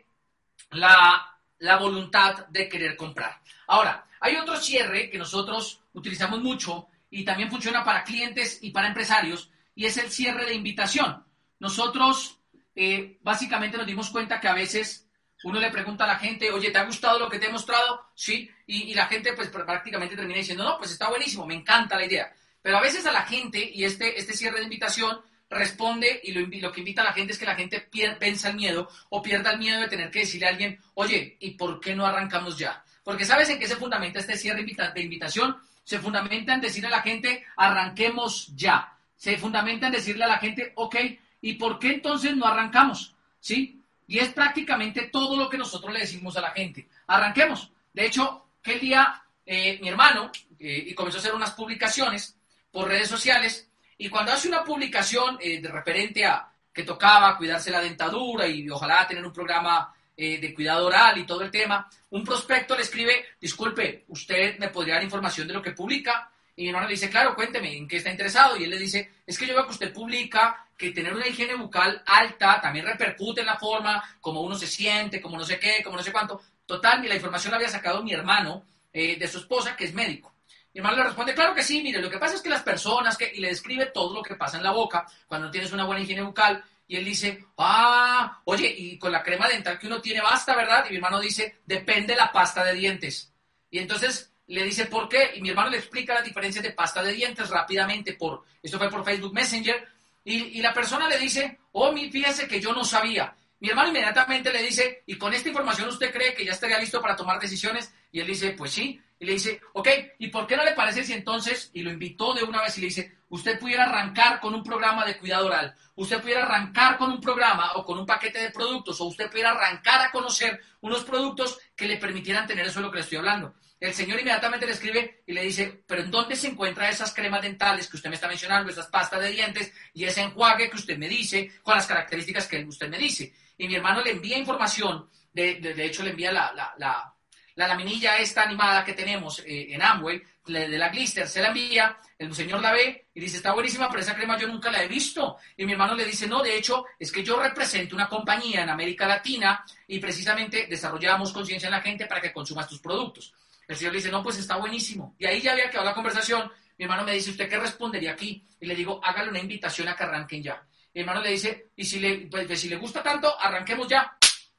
la, la voluntad de querer comprar. Ahora, hay otro cierre que nosotros utilizamos mucho y también funciona para clientes y para empresarios, y es el cierre de invitación. Nosotros eh, básicamente nos dimos cuenta que a veces uno le pregunta a la gente, oye, ¿te ha gustado lo que te he mostrado? Sí, y, y la gente pues prácticamente termina diciendo, no, pues está buenísimo, me encanta la idea. Pero a veces a la gente, y este, este cierre de invitación responde, y lo, lo que invita a la gente es que la gente pier, venza el miedo o pierda el miedo de tener que decirle a alguien, oye, ¿y por qué no arrancamos ya? Porque ¿sabes en qué se fundamenta este cierre de invitación? Se fundamenta en decirle a la gente, arranquemos ya. Se fundamenta en decirle a la gente, ok, ¿y por qué entonces no arrancamos? ¿Sí? Y es prácticamente todo lo que nosotros le decimos a la gente. Arranquemos. De hecho, que el día eh, mi hermano eh, y comenzó a hacer unas publicaciones por redes sociales, y cuando hace una publicación eh, de referente a que tocaba cuidarse la dentadura y ojalá tener un programa eh, de cuidado oral y todo el tema, un prospecto le escribe, disculpe, ¿usted me podría dar información de lo que publica? Y mi hermano le dice, claro, cuénteme, ¿en qué está interesado? Y él le dice, es que yo veo que usted publica que tener una higiene bucal alta también repercute en la forma como uno se siente, como no sé qué, como no sé cuánto. Total, y la información la había sacado mi hermano eh, de su esposa, que es médico. Mi hermano le responde, claro que sí, mire, lo que pasa es que las personas, que y le describe todo lo que pasa en la boca cuando no tienes una buena higiene bucal, y él dice, ah, oye, y con la crema dental que uno tiene basta, ¿verdad? Y mi hermano dice, depende la pasta de dientes. Y entonces le dice, ¿por qué? Y mi hermano le explica las diferencias de pasta de dientes rápidamente, por esto fue por Facebook Messenger, y, y la persona le dice, oh, mi, fíjese que yo no sabía. Mi hermano inmediatamente le dice, ¿y con esta información usted cree que ya estaría listo para tomar decisiones? Y él dice, pues sí. Y le dice, ok, ¿y por qué no le parece si entonces, y lo invitó de una vez y le dice, usted pudiera arrancar con un programa de cuidado oral, usted pudiera arrancar con un programa o con un paquete de productos, o usted pudiera arrancar a conocer unos productos que le permitieran tener eso de lo que le estoy hablando? El señor inmediatamente le escribe y le dice, ¿pero en dónde se encuentran esas cremas dentales que usted me está mencionando, esas pastas de dientes y ese enjuague que usted me dice, con las características que usted me dice? Y mi hermano le envía información, de, de, de hecho le envía la, la, la, la laminilla esta animada que tenemos eh, en Amway, de la Glister, se la envía, el señor la ve y dice, está buenísima, pero esa crema yo nunca la he visto. Y mi hermano le dice, no, de hecho, es que yo represento una compañía en América Latina y precisamente desarrollamos conciencia en la gente para que consuma tus productos. El señor le dice, no, pues está buenísimo. Y ahí ya había quedado la conversación. Mi hermano me dice, ¿usted qué respondería aquí? Y le digo, hágale una invitación a que arranquen ya. Mi hermano le dice, y si le, pues, pues, si le gusta tanto, arranquemos ya.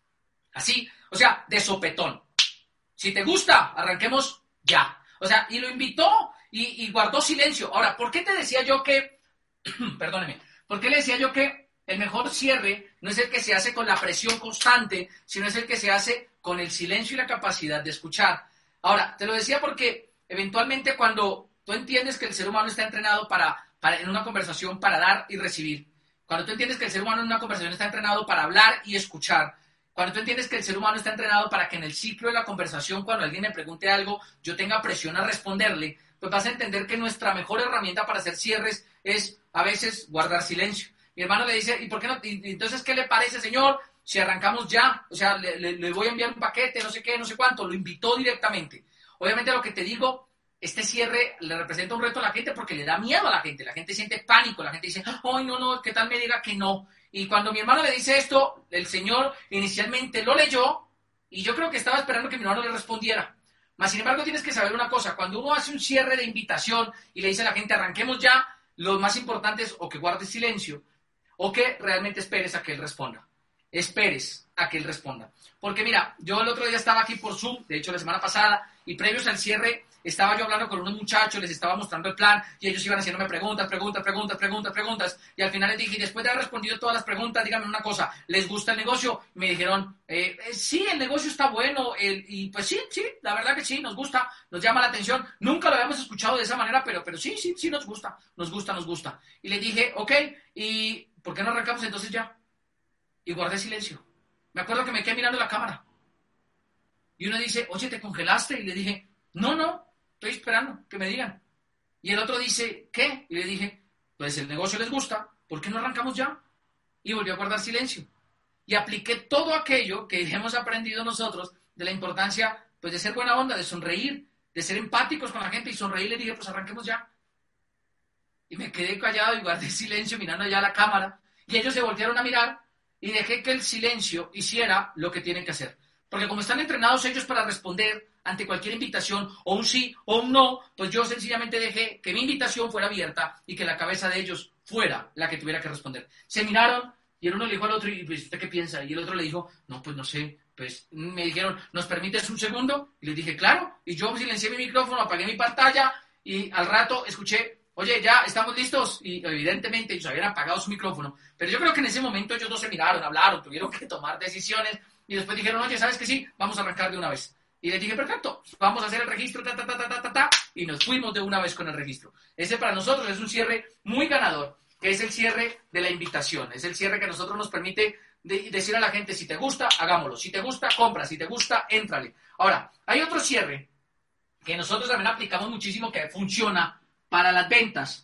Así, o sea, de sopetón. Si te gusta, arranquemos ya. O sea, y lo invitó y, y guardó silencio. Ahora, ¿por qué te decía yo que perdóneme, ¿por qué le decía yo que el mejor cierre no es el que se hace con la presión constante, sino es el que se hace con el silencio y la capacidad de escuchar? Ahora, te lo decía porque eventualmente cuando tú entiendes que el ser humano está entrenado para, para en una conversación para dar y recibir, cuando tú entiendes que el ser humano en una conversación está entrenado para hablar y escuchar, cuando tú entiendes que el ser humano está entrenado para que en el ciclo de la conversación, cuando alguien me pregunte algo, yo tenga presión a responderle, pues vas a entender que nuestra mejor herramienta para hacer cierres es a veces guardar silencio. Mi hermano le dice, ¿y por qué no? Y, entonces, ¿qué le parece, señor? Si arrancamos ya, o sea, le, le, le voy a enviar un paquete, no sé qué, no sé cuánto, lo invitó directamente. Obviamente lo que te digo, este cierre le representa un reto a la gente porque le da miedo a la gente, la gente siente pánico, la gente dice, ay, no, no, ¿qué tal me diga que no? Y cuando mi hermano le dice esto, el señor inicialmente lo leyó y yo creo que estaba esperando que mi hermano le respondiera. Mas, sin embargo, tienes que saber una cosa, cuando uno hace un cierre de invitación y le dice a la gente, arranquemos ya, lo más importante es o que guardes silencio o que realmente esperes a que él responda. Esperes a que él responda. Porque mira, yo el otro día estaba aquí por Zoom, de hecho la semana pasada, y previos al cierre estaba yo hablando con unos muchachos, les estaba mostrando el plan y ellos iban haciéndome preguntas, preguntas, preguntas, preguntas, preguntas y al final les dije, y después de haber respondido todas las preguntas, díganme una cosa, ¿les gusta el negocio? Me dijeron, eh, eh, sí, el negocio está bueno el, y pues sí, sí, la verdad que sí, nos gusta, nos llama la atención, nunca lo habíamos escuchado de esa manera, pero, pero sí, sí, sí nos gusta, nos gusta, nos gusta. Y les dije, ok, ¿y por qué no arrancamos entonces ya? Y guardé silencio. Me acuerdo que me quedé mirando la cámara. Y uno dice, oye, ¿te congelaste? Y le dije, no, no, estoy esperando que me digan. Y el otro dice, ¿qué? Y le dije, pues el negocio les gusta, ¿por qué no arrancamos ya? Y volvió a guardar silencio. Y apliqué todo aquello que hemos aprendido nosotros de la importancia, pues, de ser buena onda, de sonreír, de ser empáticos con la gente y sonreír. Y le dije, pues arranquemos ya. Y me quedé callado y guardé silencio mirando allá a la cámara. Y ellos se voltearon a mirar y dejé que el silencio hiciera lo que tienen que hacer. Porque como están entrenados ellos para responder ante cualquier invitación, o un sí o un no, pues yo sencillamente dejé que mi invitación fuera abierta y que la cabeza de ellos fuera la que tuviera que responder. Se miraron y el uno le dijo al otro, ¿y pues, usted qué piensa? Y el otro le dijo, no, pues no sé. Pues me dijeron, ¿nos permites un segundo? Y les dije, claro. Y yo silencié mi micrófono, apagué mi pantalla y al rato escuché, oye, ya, ¿estamos listos? Y evidentemente ellos habían apagado su micrófono. Pero yo creo que en ese momento ellos dos se miraron, hablaron, tuvieron que tomar decisiones y después dijeron, oye, ¿sabes qué? Sí, vamos a arrancar de una vez. Y les dije, perfecto, vamos a hacer el registro, ta, ta, ta, ta, ta, ta, y nos fuimos de una vez con el registro. Ese para nosotros es un cierre muy ganador, que es el cierre de la invitación. Es el cierre que a nosotros nos permite de, decir a la gente, si te gusta, hagámoslo. Si te gusta, compra. Si te gusta, éntrale. Ahora, hay otro cierre que nosotros también aplicamos muchísimo, que funciona para las ventas,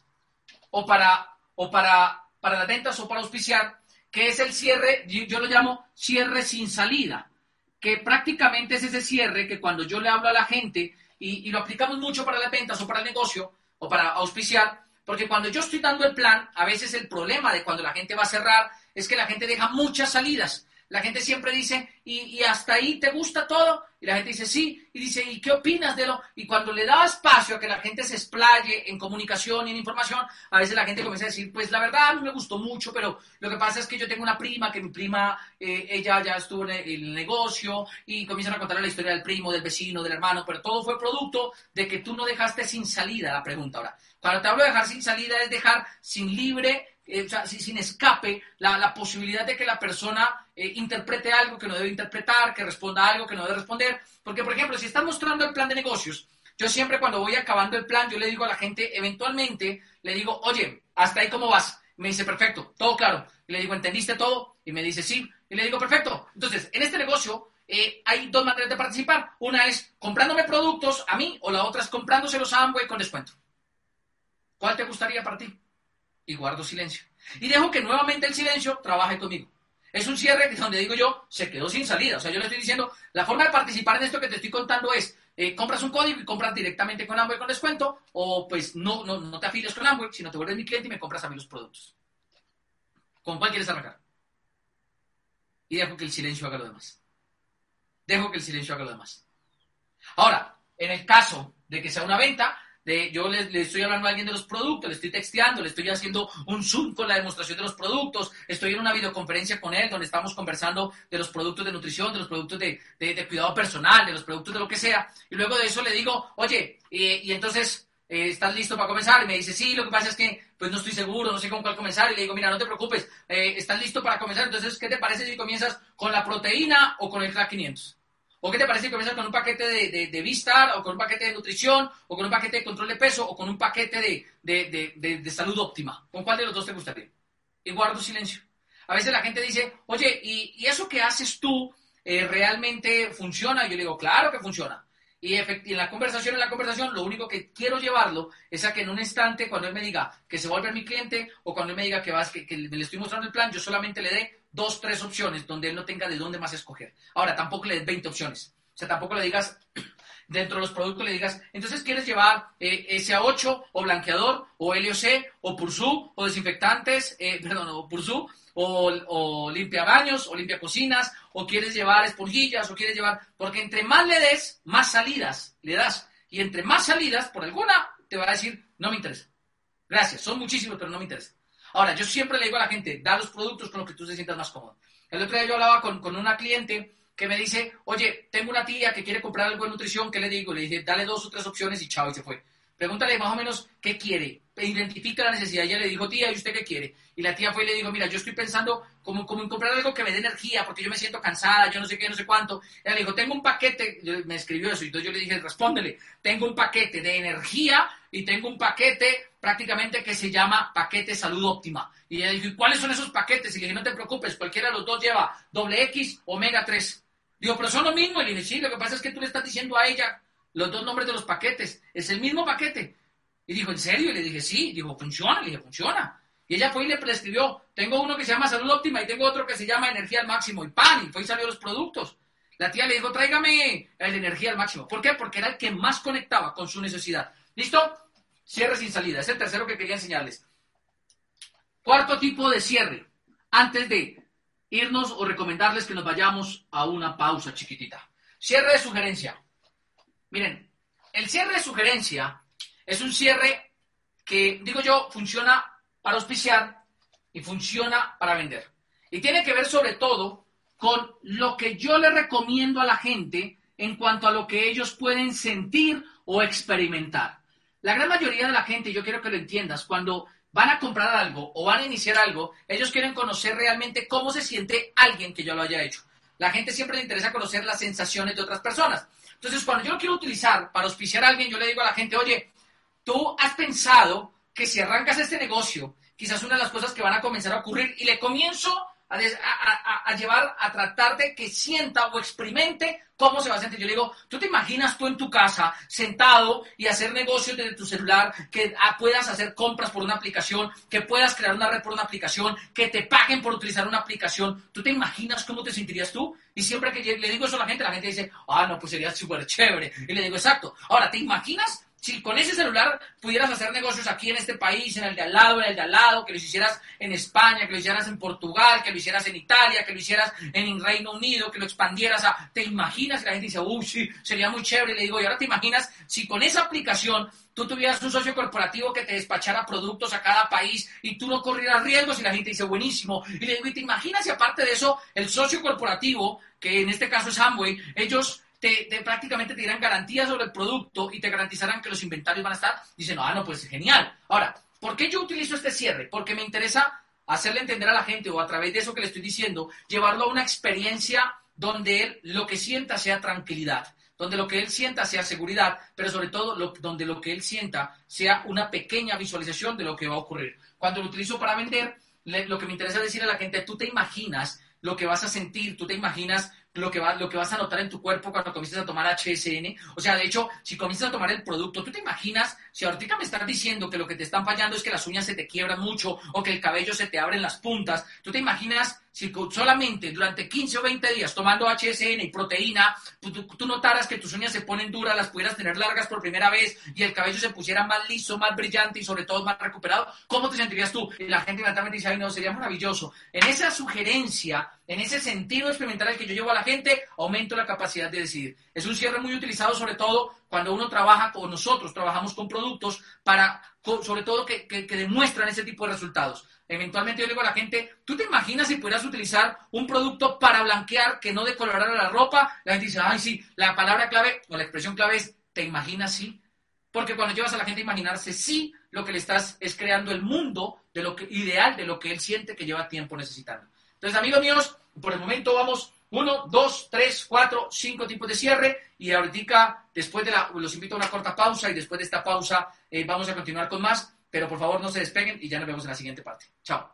o para, o para, para las ventas o para auspiciar, que es el cierre, yo, yo lo llamo cierre sin salida, que prácticamente es ese cierre que cuando yo le hablo a la gente, y, y lo aplicamos mucho para las ventas o para el negocio, o para auspiciar, porque cuando yo estoy dando el plan, a veces el problema de cuando la gente va a cerrar es que la gente deja muchas salidas. La gente siempre dice, ¿y, y hasta ahí te gusta todo? Y la gente dice, sí. Y dice, ¿y qué opinas de lo? Y cuando le da espacio a que la gente se explaye en comunicación y en información, a veces la gente comienza a decir, pues la verdad a mí me gustó mucho, pero lo que pasa es que yo tengo una prima, que mi prima, eh, ella ya estuvo en el negocio, y comienzan a contarle la historia del primo, del vecino, del hermano, pero todo fue producto de que tú no dejaste sin salida la pregunta. Ahora, cuando te hablo de dejar sin salida es dejar sin libre, Eh, o sea, sin escape, la, la posibilidad de que la persona eh, interprete algo que no debe interpretar, que responda algo que no debe responder. Porque, por ejemplo, si estás mostrando el plan de negocios, yo siempre cuando voy acabando el plan, yo le digo a la gente, eventualmente, le digo, oye, ¿hasta ahí cómo vas? Me dice, perfecto, todo claro. Y le digo, ¿entendiste todo? Y me dice, sí. Y le digo, perfecto. Entonces, en este negocio eh, hay dos maneras de participar. Una es comprándome productos a mí, o la otra es comprándoselos a Amway con descuento. ¿Cuál te gustaría para ti? Y guardo silencio. Y dejo que nuevamente el silencio trabaje conmigo. Es un cierre donde digo yo, se quedó sin salida. O sea, yo le estoy diciendo, la forma de participar en esto que te estoy contando es, eh, compras un código y compras directamente con Amway con descuento, o pues no, no, no te afilias con Amway, sino te vuelves mi cliente y me compras a mí los productos. ¿Con cuál quieres arrancar? Y dejo que el silencio haga lo demás. Dejo que el silencio haga lo demás. Ahora, en el caso de que sea una venta, De, yo le, le estoy hablando a alguien de los productos, le estoy texteando, le estoy haciendo un Zoom con la demostración de los productos, estoy en una videoconferencia con él donde estamos conversando de los productos de nutrición, de los productos de, de, de cuidado personal, de los productos de lo que sea, y luego de eso le digo, oye, y, y entonces, eh, ¿estás listo para comenzar? Y me dice, sí, lo que pasa es que pues no estoy seguro, no sé con cuál comenzar. Y le digo, mira, no te preocupes, eh, ¿estás listo para comenzar? Entonces, ¿qué te parece si comienzas con la proteína o con el Crack quinientos? ¿O qué te parece si comienzas con un paquete de, de, de V-Star, o con un paquete de nutrición, o con un paquete de control de peso, o con un paquete de, de, de, de, de salud óptima? ¿Con cuál de los dos te gustaría? Y guardo silencio. A veces la gente dice, oye, ¿y, y eso que haces tú eh, realmente funciona? Y yo le digo, claro que funciona. Y en la conversación, en la conversación, lo único que quiero llevarlo es a que en un instante, cuando él me diga que se vuelve mi cliente, o cuando él me diga que, vas, que, que le estoy mostrando el plan, yo solamente le dé dos, tres opciones donde él no tenga de dónde más escoger. Ahora, tampoco le des veinte opciones. O sea, tampoco le digas, dentro de los productos le digas, entonces quieres llevar eh, S A ocho, o blanqueador, o L O C, o Pursue, o desinfectantes, eh, perdón, o Pursue, o, o limpia baños, o limpia cocinas, o quieres llevar esponjillas, o quieres llevar... Porque entre más le des, más salidas le das. Y entre más salidas, por alguna, te va a decir, no me interesa. Gracias, son muchísimos, pero no me interesa. Ahora, yo siempre le digo a la gente, da los productos con los que tú te sientas más cómodo. El otro día yo hablaba con, con una cliente que me dice, oye, tengo una tía que quiere comprar algo de nutrición, ¿qué le digo? Le dije, dale dos o tres opciones y chao, y se fue. Pregúntale más o menos qué quiere, identifica la necesidad. Ella le dijo, tía, ¿y usted qué quiere? Y la tía fue y le dijo, mira, yo estoy pensando como, como en comprar algo que me dé energía, porque yo me siento cansada, yo no sé qué, no sé cuánto. Ella le dijo, tengo un paquete, me escribió eso, y entonces yo le dije, respóndele, tengo un paquete de energía y tengo un paquete prácticamente que se llama paquete salud óptima. Y ella dijo, ¿y cuáles son esos paquetes? Y le dije, no te preocupes, cualquiera de los dos lleva doble X, omega tres. Digo, pero son lo mismo. Y le dije, sí, lo que pasa es que tú le estás diciendo a ella los dos nombres de los paquetes. Es el mismo paquete. Y dijo, ¿en serio? Y le dije, sí. Digo, funciona. Le dije, funciona. Y ella fue y le prescribió. Tengo uno que se llama salud óptima y tengo otro que se llama energía al máximo. Y pan, y fue y salió los productos. La tía le dijo, tráigame el de energía al máximo. ¿Por qué? Porque era el que más conectaba con su necesidad. ¿Listo? Cierre sin salida. Es el tercero que quería enseñarles. Cuarto tipo de cierre. Antes de irnos o recomendarles que nos vayamos a una pausa chiquitita. Cierre de sugerencia. Miren, el cierre de sugerencia es un cierre que, digo yo, funciona para auspiciar y funciona para vender. Y tiene que ver sobre todo con lo que yo le recomiendo a la gente en cuanto a lo que ellos pueden sentir o experimentar. La gran mayoría de la gente, yo quiero que lo entiendas, cuando van a comprar algo o van a iniciar algo, ellos quieren conocer realmente cómo se siente alguien que ya lo haya hecho. La gente siempre le interesa conocer las sensaciones de otras personas. Entonces, cuando yo lo quiero utilizar para auspiciar a alguien, yo le digo a la gente, oye, tú has pensado que si arrancas este negocio, quizás una de las cosas que van a comenzar a ocurrir, y le comienzo a, des, a, a, a llevar a tratar de que sienta o experimente cómo se va a sentir. Yo le digo, ¿tú te imaginas tú en tu casa sentado y hacer negocios desde tu celular, que ah, puedas hacer compras por una aplicación, que puedas crear una red por una aplicación, que te paguen por utilizar una aplicación? ¿Tú te imaginas cómo te sentirías tú? Y siempre que le digo eso a la gente, la gente dice, ah, no, pues sería súper chévere. Y le digo, exacto. Ahora, ¿te imaginas si con ese celular pudieras hacer negocios aquí en este país, en el de al lado, en el de al lado, que lo hicieras en España, que lo hicieras en Portugal, que lo hicieras en Italia, que lo hicieras en Reino Unido, que lo expandieras a... ¿Te imaginas? Y la gente dice, uy, sí, sería muy chévere. Y le digo, y ahora te imaginas si con esa aplicación tú tuvieras un socio corporativo que te despachara productos a cada país y tú no corrieras riesgos, y la gente dice, buenísimo. Y le digo, ¿y te imaginas si aparte de eso, el socio corporativo, que en este caso es Amway, ellos... Te, te, prácticamente te dieran garantías sobre el producto y te garantizarán que los inventarios van a estar? Dicen, ah, no, pues genial. Ahora, ¿por qué yo utilizo este cierre? Porque me interesa hacerle entender a la gente, o a través de eso que le estoy diciendo, llevarlo a una experiencia donde él lo que sienta sea tranquilidad, donde lo que él sienta sea seguridad, pero sobre todo lo, donde lo que él sienta sea una pequeña visualización de lo que va a ocurrir. Cuando lo utilizo para vender, le, lo que me interesa es decir a la gente, tú te imaginas lo que vas a sentir, tú te imaginas lo que, va, lo que vas a notar en tu cuerpo cuando comiences a tomar H S N. O sea, de hecho, si comienzas a tomar el producto, ¿tú te imaginas si ahorita me estás diciendo que lo que te están fallando es que las uñas se te quiebran mucho o que el cabello se te abre en las puntas? ¿Tú te imaginas si solamente durante quince o veinte días tomando H S N y proteína, tú, tú, tú notaras que tus uñas se ponen duras, las pudieras tener largas por primera vez y el cabello se pusiera más liso, más brillante y sobre todo más recuperado? ¿Cómo te sentirías tú? Y la gente inmediatamente dice, ay no, sería maravilloso. En esa sugerencia, en ese sentido experimental al que yo llevo a la gente, aumento la capacidad de decidir. Es un cierre muy utilizado sobre todo cuando uno trabaja, o nosotros trabajamos con productos para, sobre todo que, que, que demuestran ese tipo de resultados. Eventualmente yo le digo a la gente, ¿tú te imaginas si pudieras utilizar un producto para blanquear que no decolorara la ropa? La gente dice, ay sí, la palabra clave o la expresión clave es, ¿te imaginas sí? porque cuando llevas a la gente a imaginarse, sí, lo que le estás es creando el mundo de lo que, ideal de lo que él siente que lleva tiempo necesitando. Entonces, amigos míos, por el momento vamos uno, dos, tres, cuatro, cinco tipos de cierre y ahorita, después de la, los invito a una corta pausa y después de esta pausa eh, vamos a continuar con más, pero por favor no se despeguen y ya nos vemos en la siguiente parte. Chao.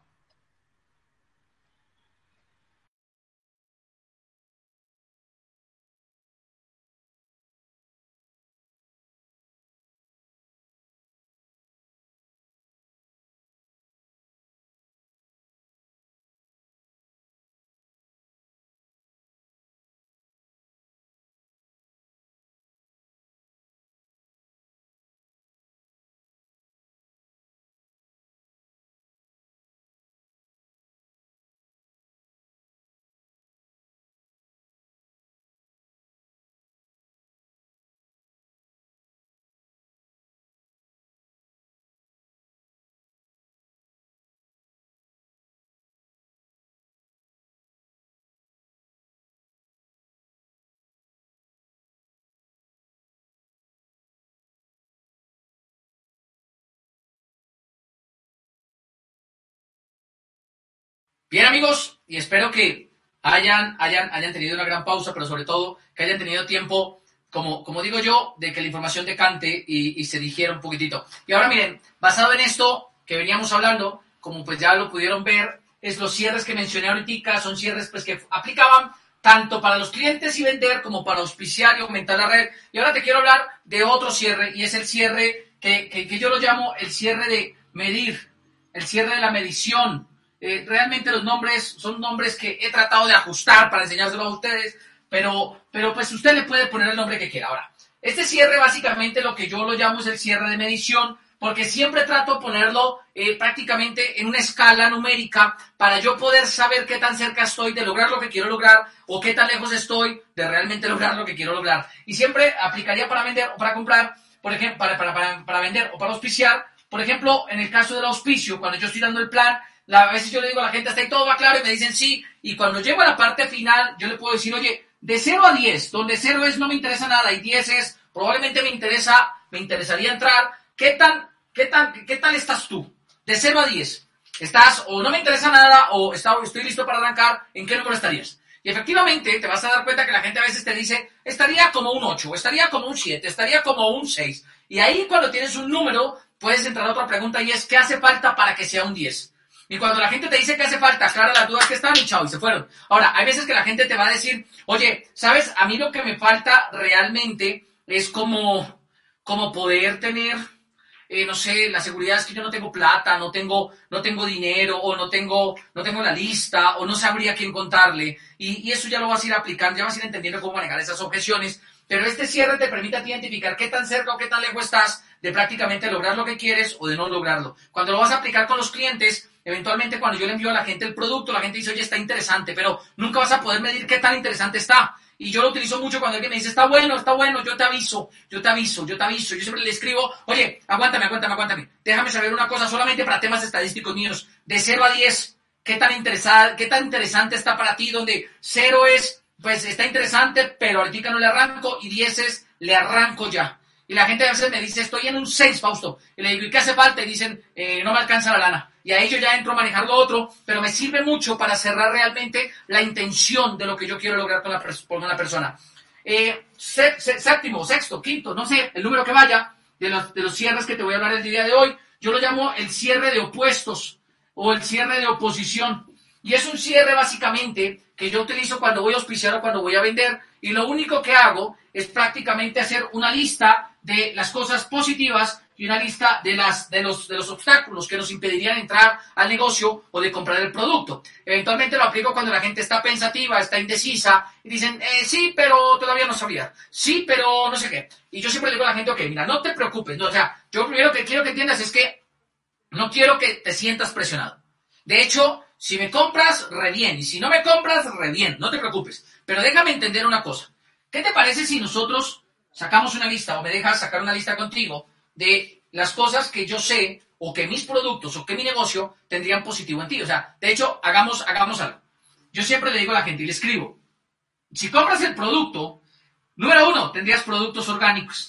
Bien, amigos, y espero que hayan, hayan, hayan tenido una gran pausa, pero sobre todo que hayan tenido tiempo, como, como digo yo, de que la información decante y, y se digiera un poquitito. Y ahora miren, basado en esto que veníamos hablando, como pues ya lo pudieron ver, es los cierres que mencioné ahorita, son cierres pues que aplicaban tanto para los clientes y vender como para auspiciar y aumentar la red. Y ahora te quiero hablar de otro cierre, y es el cierre que, que, que yo lo llamo el cierre de medir, el cierre de la medición. Eh, realmente los nombres son nombres que he tratado de ajustar para enseñárselos a ustedes, pero, pero pues usted le puede poner el nombre que quiera. Ahora, este cierre básicamente lo que yo lo llamo es el cierre de medición, porque siempre trato de ponerlo eh, prácticamente en una escala numérica para yo poder saber qué tan cerca estoy de lograr lo que quiero lograr o qué tan lejos estoy de realmente lograr lo que quiero lograr. Y siempre aplicaría para vender o para comprar, por ejemplo, para, para, para, para vender o para auspiciar. Por ejemplo, en el caso del auspicio, cuando yo estoy dando el plan, La, a veces yo le digo a la gente, hasta ahí todo va claro, y me dicen sí, y cuando llego a la parte final, yo le puedo decir, oye, de cero a diez, donde cero es no me interesa nada, y diez es probablemente me interesa, me interesaría entrar, ¿qué tan, qué tan, qué tal estás tú? De cero a diez, estás, o no me interesa nada, o está, estoy listo para arrancar, ¿en qué número estarías? Y efectivamente, te vas a dar cuenta que la gente a veces te dice, estaría como un ocho, estaría como un siete, estaría como un seis, y ahí cuando tienes un número, puedes entrar a otra pregunta, y es, ¿qué hace falta para que sea un diez? Y cuando la gente te dice que hace falta, aclara las dudas que están y chao, y se fueron. Ahora, hay veces que la gente te va a decir, oye, ¿sabes? A mí lo que me falta realmente es como, como poder tener, eh, no sé, la seguridad es que yo no tengo plata, no tengo, no tengo dinero, o no tengo, no tengo la lista, o no sabría quién contarle. Y, y eso ya lo vas a ir aplicando, ya vas a ir entendiendo cómo manejar esas objeciones. Pero este cierre te permite a ti identificar qué tan cerca o qué tan lejos estás de prácticamente lograr lo que quieres o de no lograrlo. Cuando lo vas a aplicar con los clientes, eventualmente cuando yo le envío a la gente el producto, la gente dice, oye, está interesante, pero nunca vas a poder medir qué tan interesante está. Y yo lo utilizo mucho cuando alguien me dice, está bueno, está bueno, yo te aviso, yo te aviso, yo te aviso. Yo siempre le escribo, oye, aguántame, aguántame, aguántame. Déjame saber una cosa solamente para temas estadísticos míos. De cero a diez, ¿qué tan, interesada, qué tan interesante está para ti? Donde cero es, pues está interesante, pero ahorita no le arranco, y diez es, le arranco ya. Y la gente a veces me dice, estoy en un seis, Fausto. Y le digo, ¿y qué hace falta? Y dicen, eh, no me alcanza la lana. Y ahí yo ya entro a manejar lo otro, pero me sirve mucho para cerrar realmente la intención de lo que yo quiero lograr con, la, con una persona. Eh, sé, sé, séptimo, sexto, quinto, no sé, el número que vaya, de los, de los cierres que te voy a hablar el día de hoy, yo lo llamo el cierre de opuestos o el cierre de oposición. Y es un cierre básicamente que yo utilizo cuando voy a auspiciar o cuando voy a vender, y lo único que hago es prácticamente hacer una lista de las cosas positivas y una lista de, las, de, los, de los obstáculos que nos impedirían entrar al negocio o de comprar el producto. Eventualmente lo aplico cuando la gente está pensativa, está indecisa, y dicen, eh, sí, pero todavía no sabía, sí, pero no sé qué. Y yo siempre le digo a la gente, ok, mira, no te preocupes, no, o sea, yo primero que quiero que entiendas es que no quiero que te sientas presionado. De hecho, si me compras, re bien, y si no me compras, re bien, no te preocupes. Pero déjame entender una cosa. ¿Qué te parece si nosotros sacamos una lista, o me dejas sacar una lista contigo, de las cosas que yo sé, o que mis productos, o que mi negocio tendrían positivo en ti? O sea, de hecho, hagamos, hagamos algo. Yo siempre le digo a la gente, y le escribo, si compras el producto, número uno, tendrías productos orgánicos.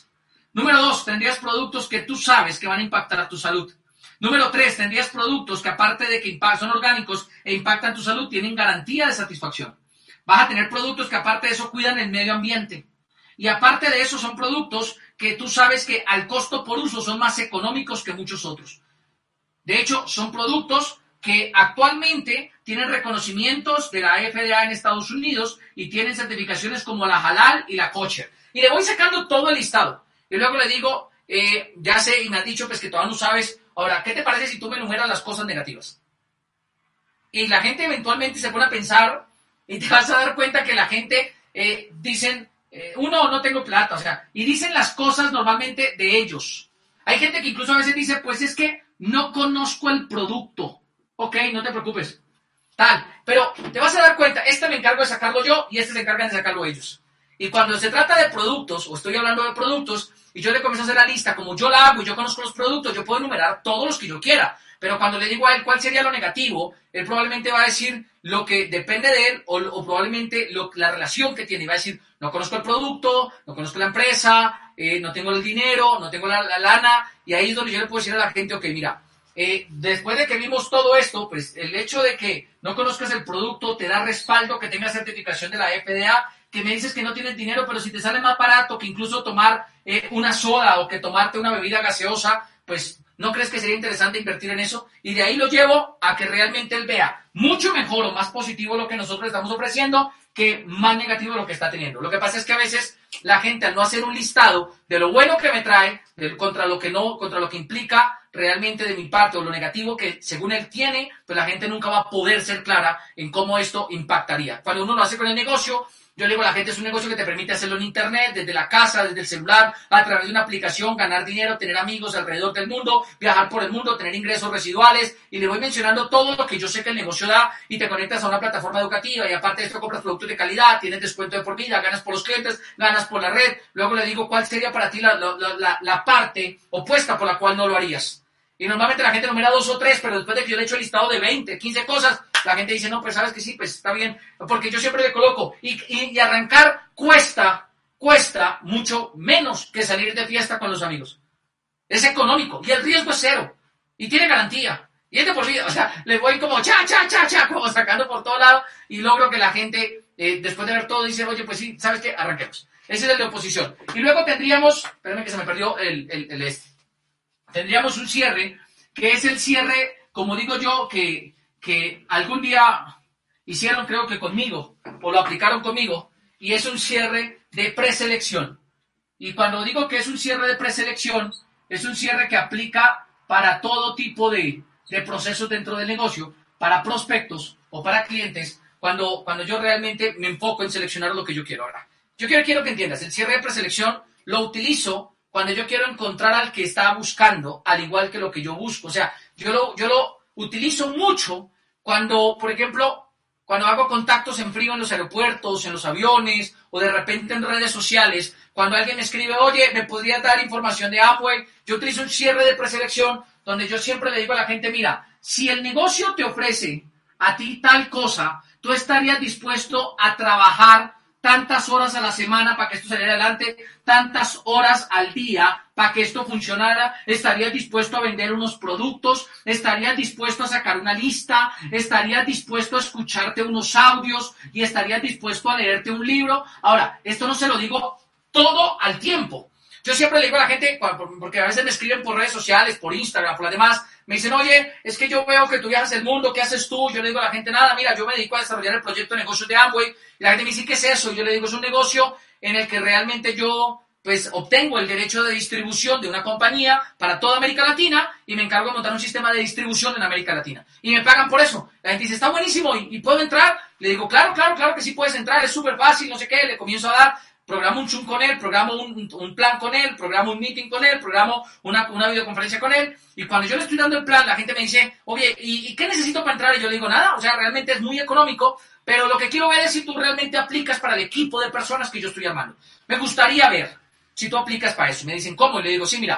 Número dos, tendrías productos que tú sabes que van a impactar tu salud. Número tres, tendrías productos que aparte de que son orgánicos e impactan tu salud, tienen garantía de satisfacción. Vas a tener productos que aparte de eso cuidan el medio ambiente. Y aparte de eso son productos que tú sabes que al costo por uso son más económicos que muchos otros. De hecho, son productos que actualmente tienen reconocimientos de la F D A en Estados Unidos y tienen certificaciones como la Halal y la Kosher. Y le voy sacando todo el listado. Y luego le digo, eh, ya sé, y me has dicho pues que todavía no sabes. Ahora, ¿qué te parece si tú me enumeras las cosas negativas? Y la gente eventualmente se pone a pensar y te vas a dar cuenta que la gente eh, dicen, eh, uno, no tengo plata, o sea, y dicen las cosas normalmente de ellos. Hay gente que incluso a veces dice, pues es que no conozco el producto. Ok, no te preocupes. Tal, pero te vas a dar cuenta, este me encargo de sacarlo yo y este se encargan de sacarlo ellos. Y cuando se trata de productos, o estoy hablando de productos, y yo le comienzo a hacer la lista, como yo la hago y yo conozco los productos, yo puedo enumerar todos los que yo quiera. Pero cuando le digo a él cuál sería lo negativo, él probablemente va a decir lo que depende de él o, o probablemente lo, la relación que tiene. Va a decir, no conozco el producto, no conozco la empresa, eh, no tengo el dinero, no tengo la, la lana. Y ahí es donde yo le puedo decir a la gente, ok, mira, eh, después de que vimos todo esto, pues el hecho de que no conozcas el producto te da respaldo, que tengas certificación de la F D A, que me dices que no tienes dinero, pero si te sale más barato que incluso tomar eh, una soda o que tomarte una bebida gaseosa, pues ¿no crees que sería interesante invertir en eso? Y de ahí lo llevo a que realmente él vea mucho mejor o más positivo lo que nosotros estamos ofreciendo que más negativo lo que está teniendo. Lo que pasa es que a veces la gente, al no hacer un listado de lo bueno que me trae, de, contra lo que no, contra lo que implica realmente de mi parte o lo negativo que según él tiene, pues la gente nunca va a poder ser clara en cómo esto impactaría. Cuando uno lo hace con el negocio, yo le digo a la gente, es un negocio que te permite hacerlo en internet, desde la casa, desde el celular, a través de una aplicación, ganar dinero, tener amigos alrededor del mundo, viajar por el mundo, tener ingresos residuales, y le voy mencionando todo lo que yo sé que el negocio da, y te conectas a una plataforma educativa, y aparte de esto compras productos de calidad, tienes descuento de por vida, ganas por los clientes, ganas por la red. Luego le digo cuál sería para ti la, la, la, la parte opuesta por la cual no lo harías. Y normalmente la gente numera dos o tres, pero después de que yo le he hecho el listado de veinte, quince cosas, la gente dice, no, pues sabes que sí, pues está bien, porque yo siempre le coloco. Y, y, y arrancar cuesta, cuesta mucho menos que salir de fiesta con los amigos. Es económico y el riesgo es cero. Y tiene garantía. Y es de por vida, o sea, le voy como cha, cha, cha, cha, como sacando por todo lado y logro que la gente, eh, después de ver todo, dice, oye, pues sí, ¿sabes qué? Arranquemos. Ese es el de oposición. Y luego tendríamos, espérame que se me perdió el, el, el este. Tendríamos un cierre, que es el cierre, como digo yo, que, que algún día hicieron, creo que conmigo, o lo aplicaron conmigo, y es un cierre de preselección. Y cuando digo que es un cierre de preselección, es un cierre que aplica para todo tipo de, de procesos dentro del negocio, para prospectos o para clientes, cuando, cuando yo realmente me enfoco en seleccionar lo que yo quiero. Ahora, yo quiero, quiero que entiendas, el cierre de preselección lo utilizo cuando yo quiero encontrar al que está buscando, al igual que lo que yo busco. O sea, yo lo, yo lo utilizo mucho cuando, por ejemplo, cuando hago contactos en frío en los aeropuertos, en los aviones, o de repente en redes sociales, cuando alguien me escribe, oye, ¿me podrías dar información de Amway? Yo utilizo un cierre de preselección donde yo siempre le digo a la gente, mira, si el negocio te ofrece a ti tal cosa, tú estarías dispuesto a trabajar tantas horas a la semana para que esto saliera adelante, tantas horas al día para que esto funcionara, estarías dispuesto a vender unos productos, estarías dispuesto a sacar una lista, estarías dispuesto a escucharte unos audios y estarías dispuesto a leerte un libro. Ahora, esto no se lo digo todo al tiempo. Yo siempre le digo a la gente, porque a veces me escriben por redes sociales, por Instagram, por las demás, me dicen, oye, es que yo veo que tú viajas el mundo, ¿qué haces tú? Yo le digo a la gente, nada, mira, yo me dedico a desarrollar el proyecto de negocios de Amway. Y la gente me dice, ¿qué es eso? Y yo le digo, es un negocio en el que realmente yo, pues, obtengo el derecho de distribución de una compañía para toda América Latina y me encargo de montar un sistema de distribución en América Latina. Y me pagan por eso. La gente dice, está buenísimo, ¿y, y puedo entrar? Le digo, claro, claro, claro que sí puedes entrar, es súper fácil, no sé qué, le comienzo a dar... Programo un Zoom con él, programo un, un plan con él, programo un meeting con él, programo una, una videoconferencia con él. Y cuando yo le estoy dando el plan, la gente me dice, oye, ¿y, ¿y qué necesito para entrar? Y yo le digo, nada, o sea, realmente es muy económico, pero lo que quiero ver es si tú realmente aplicas para el equipo de personas que yo estoy armando. Me gustaría ver si tú aplicas para eso. Me dicen, ¿cómo? Y le digo, sí, mira,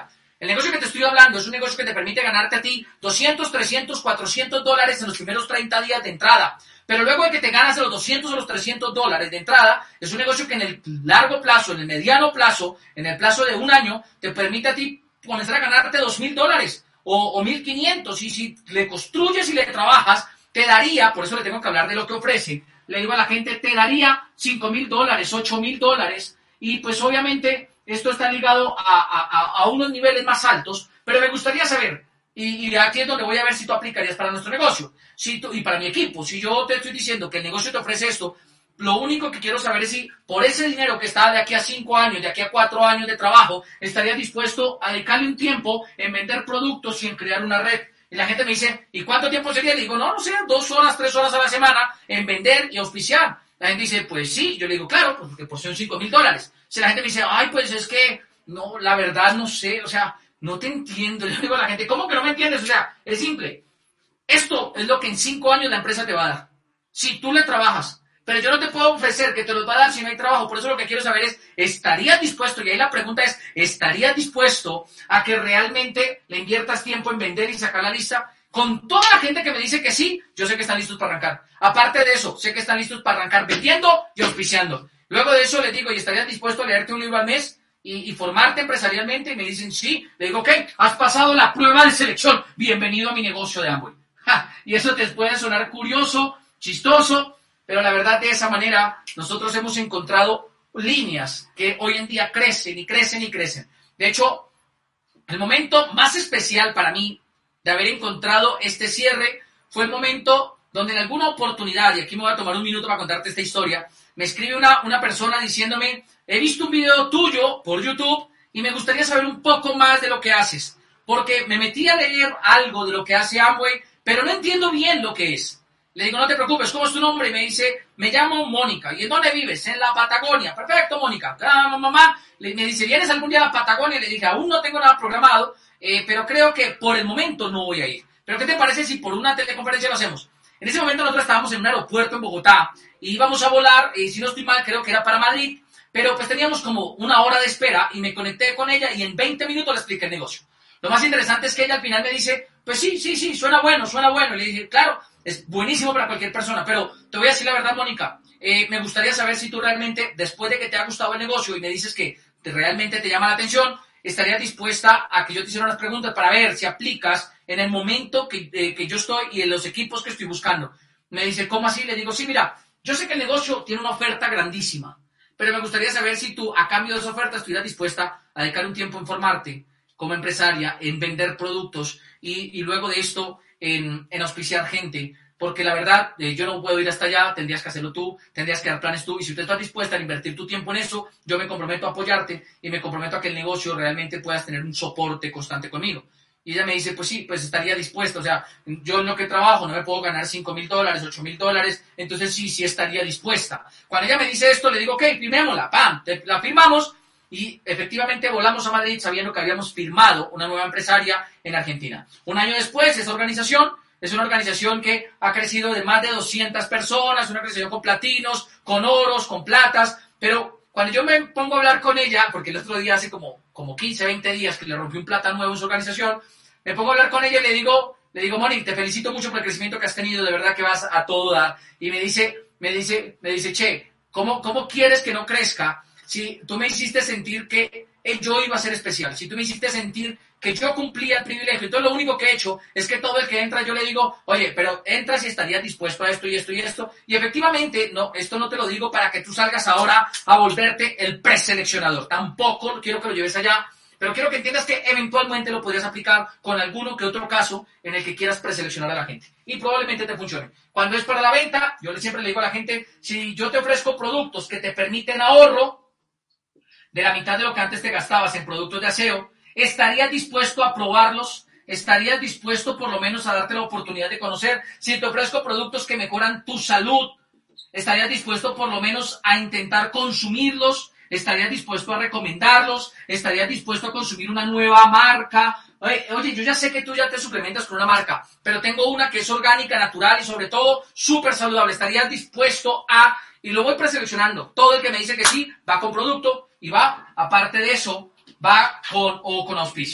El negocio que te estoy hablando es un negocio que te permite ganarte a ti doscientos, trescientos, cuatrocientos dólares en los primeros treinta días de entrada. Pero luego de que te ganas de los doscientos o los trescientos dólares de entrada, es un negocio que en el largo plazo, en el mediano plazo, en el plazo de un año, te permite a ti comenzar a ganarte dos mil dólares o, o mil quinientos. Y si le construyes y le trabajas, te daría, por eso le tengo que hablar de lo que ofrece, le digo a la gente, te daría cinco mil dólares, ocho mil dólares. Y pues obviamente esto está ligado a, a, a unos niveles más altos, pero me gustaría saber, y, y aquí es donde voy a ver si tú aplicarías para nuestro negocio, si tú, y para mi equipo, si yo te estoy diciendo que el negocio te ofrece esto, lo único que quiero saber es si por ese dinero que está de aquí a cinco años, de aquí a cuatro años de trabajo, estarías dispuesto a dedicarle un tiempo en vender productos y en crear una red. Y la gente me dice, ¿y cuánto tiempo sería? Le digo, no, no sé, dos horas, tres horas a la semana en vender y auspiciar. La gente dice, pues sí. Yo le digo, claro, pues porque por son cinco mil dólares. Si la gente me dice, ay, pues es que, no, la verdad no sé, o sea, no te entiendo. Yo le digo a la gente, ¿cómo que no me entiendes? O sea, es simple. Esto es lo que en cinco años la empresa te va a dar. Si tú le trabajas. Pero yo no te puedo ofrecer que te los va a dar si no hay trabajo. Por eso lo que quiero saber es, ¿estarías dispuesto? Y ahí la pregunta es, ¿estarías dispuesto a que realmente le inviertas tiempo en vender y sacar la lista? Con toda la gente que me dice que sí, yo sé que están listos para arrancar. Aparte de eso, sé que están listos para arrancar vendiendo y auspiciando. Luego de eso les digo, ¿y estarías dispuesto a leerte un libro al mes y, y formarte empresarialmente? Y me dicen sí. Le digo, ok, has pasado la prueba de selección. Bienvenido a mi negocio de Amway. Ja, y eso te puede sonar curioso, chistoso, pero la verdad de esa manera nosotros hemos encontrado líneas que hoy en día crecen y crecen y crecen. De hecho, el momento más especial para mí de haber encontrado este cierre fue el momento donde en alguna oportunidad, y aquí me voy a tomar un minuto para contarte esta historia, me escribe una, una persona diciéndome, he visto un video tuyo por YouTube y me gustaría saber un poco más de lo que haces, porque me metí a leer algo de lo que hace Amway, pero no entiendo bien lo que es. Le digo, no te preocupes, ¿cómo es tu nombre? Y me dice, me llamo Mónica. ¿Y en dónde vives? En la Patagonia. Perfecto, Mónica. Ah, mamá. Le, me dice, ¿vienes algún día a la Patagonia? Y le dije, aún no tengo nada programado, eh, pero creo que por el momento no voy a ir. ¿Pero qué te parece si por una teleconferencia lo hacemos? En ese momento nosotros estábamos en un aeropuerto en Bogotá y íbamos a volar, y si no estoy mal, creo que era para Madrid, pero pues teníamos como una hora de espera y me conecté con ella y en veinte minutos le expliqué el negocio. Lo más interesante es que ella al final me dice, pues sí, sí, sí, suena bueno, suena bueno. Y le dije, claro, es buenísimo para cualquier persona, pero te voy a decir la verdad, Mónica, eh, me gustaría saber si tú realmente, después de que te ha gustado el negocio y me dices que te, realmente te llama la atención, estarías dispuesta a que yo te hiciera unas preguntas para ver si aplicas en el momento que, eh, que yo estoy y en los equipos que estoy buscando. Me dice, ¿cómo así? Le digo, sí, mira, yo sé que el negocio tiene una oferta grandísima, pero me gustaría saber si tú, a cambio de esa oferta, estuvieras dispuesta a dedicar un tiempo en formarte como empresaria, en vender productos y, y luego de esto en, en auspiciar gente, porque la verdad eh, yo no puedo ir hasta allá, tendrías que hacerlo tú, tendrías que dar planes tú, y si tú estás dispuesta a invertir tu tiempo en eso, yo me comprometo a apoyarte y me comprometo a que el negocio realmente puedas tener un soporte constante conmigo. Y ella me dice, pues sí, pues estaría dispuesta, o sea, yo en lo que trabajo no me puedo ganar cinco mil dólares, ocho mil dólares, entonces sí, sí estaría dispuesta. Cuando ella me dice esto, le digo, ok, firmémosla, pam, la firmamos. Y efectivamente volamos a Madrid sabiendo que habíamos firmado una nueva empresaria en Argentina. Un año después, esa organización es una organización que ha crecido de más de doscientas personas, una organización con platinos, con oros, con platas, pero cuando yo me pongo a hablar con ella, porque el otro día hace como, como quince, veinte días que le rompí un plata nuevo en su organización, me pongo a hablar con ella y le digo, le digo, Moni, te felicito mucho por el crecimiento que has tenido, de verdad que vas a todo dar. Y me dice, me dice, me dice, che, ¿cómo, cómo quieres que no crezca? Si tú me hiciste sentir que yo iba a ser especial, si tú me hiciste sentir que yo cumplía el privilegio, entonces lo único que he hecho es que todo el que entra yo le digo, oye, pero entras y estarías dispuesto a esto y esto y esto, y efectivamente, no, esto no te lo digo para que tú salgas ahora a volverte el preseleccionador, tampoco quiero que lo lleves allá, pero quiero que entiendas que eventualmente lo podrías aplicar con alguno que otro caso en el que quieras preseleccionar a la gente, y probablemente te funcione. Cuando es para la venta, yo siempre le digo a la gente, si yo te ofrezco productos que te permiten ahorro, de la mitad de lo que antes te gastabas en productos de aseo, ¿estarías dispuesto a probarlos? ¿Estarías dispuesto por lo menos a darte la oportunidad de conocer? Si te ofrezco productos que mejoran tu salud, ¿estarías dispuesto por lo menos a intentar consumirlos? ¿Estarías dispuesto a recomendarlos? ¿Estarías dispuesto a consumir una nueva marca? Oye, oye, yo ya sé que tú ya te suplementas con una marca, pero tengo una que es orgánica, natural y sobre todo súper saludable. ¿Estarías dispuesto a...? Y lo voy preseleccionando. Todo el que me dice que sí, va con producto y va, aparte de eso, va con o con auspicio.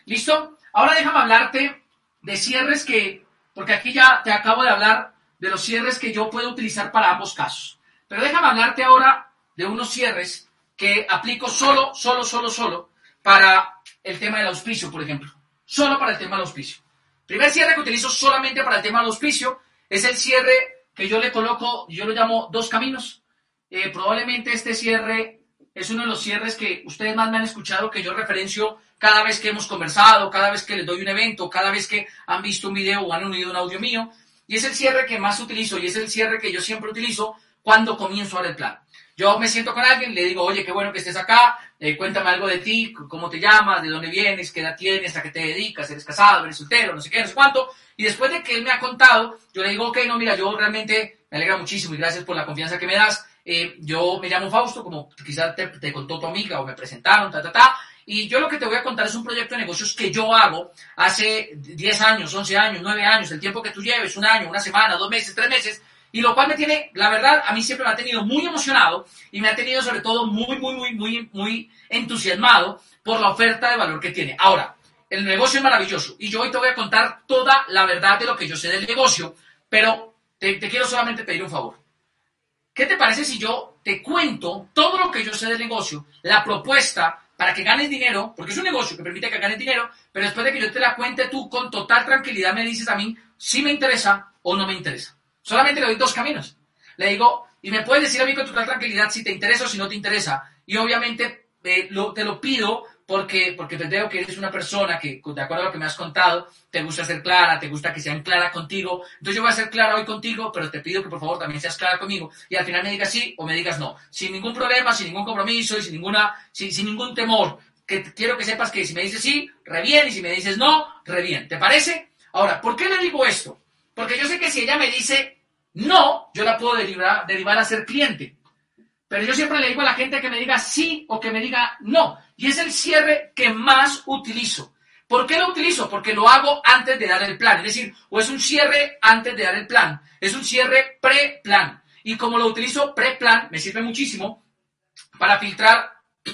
¿Listo? Ahora déjame hablarte de cierres que, porque aquí ya te acabo de hablar de los cierres que yo puedo utilizar para ambos casos. Pero déjame hablarte ahora de unos cierres que aplico solo, solo, solo, solo para el tema del auspicio, por ejemplo. Solo para el tema del auspicio. Primer cierre que utilizo solamente para el tema del auspicio es el cierre que yo le coloco, yo lo llamo dos caminos. Eh, probablemente este cierre es uno de los cierres que ustedes más me han escuchado, que yo referencio cada vez que hemos conversado, cada vez que les doy un evento, cada vez que han visto un video o han oído un audio mío. Y es el cierre que más utilizo y es el cierre que yo siempre utilizo cuando comienzo a dar el plan. Yo me siento con alguien, le digo, oye, qué bueno que estés acá, eh, cuéntame algo de ti, cómo te llamas, de dónde vienes, qué edad tienes, a qué te dedicas, eres casado, eres soltero, no sé qué, no sé cuánto. Y después de que él me ha contado, yo le digo, ok, no, mira, yo realmente me alegra muchísimo y gracias por la confianza que me das. Eh, yo me llamo Fausto, como quizás te, te contó tu amiga o me presentaron, ta, ta, ta. Y yo lo que te voy a contar es un proyecto de negocios que yo hago hace diez años, once años, nueve años, el tiempo que tú lleves, un año, una semana, dos meses, tres meses, y lo cual me tiene, la verdad, a mí siempre me ha tenido muy emocionado y me ha tenido sobre todo muy, muy, muy, muy, muy entusiasmado por la oferta de valor que tiene. Ahora, el negocio es maravilloso y yo hoy te voy a contar toda la verdad de lo que yo sé del negocio, pero te, te quiero solamente pedir un favor. ¿Qué te parece si yo te cuento todo lo que yo sé del negocio, la propuesta para que ganes dinero, porque es un negocio que permite que ganes dinero, pero después de que yo te la cuente tú con total tranquilidad me dices a mí si me interesa o no me interesa? Solamente le doy dos caminos. Le digo, y me puedes decir a mí con total tranquilidad si te interesa o si no te interesa. Y obviamente eh, lo, te lo pido porque, porque te veo que eres una persona que, de acuerdo a lo que me has contado, te gusta ser clara, te gusta que sean clara contigo. Entonces yo voy a ser clara hoy contigo, pero te pido que por favor también seas clara conmigo. Y al final me digas sí o me digas no. Sin ningún problema, sin ningún compromiso y sin, ninguna, sin, sin ningún temor. Que quiero que sepas que si me dices sí, re bien, y si me dices no, re bien. ¿Te parece? Ahora, ¿por qué le digo esto? Porque yo sé que si ella me dice no, yo la puedo derivar, derivar a ser cliente. Pero yo siempre le digo a la gente que me diga sí o que me diga no. Y es el cierre que más utilizo. ¿Por qué lo utilizo? Porque lo hago antes de dar el plan. Es decir, o es un cierre antes de dar el plan. Es un cierre pre-plan. Y como lo utilizo pre-plan, me sirve muchísimo para filtrar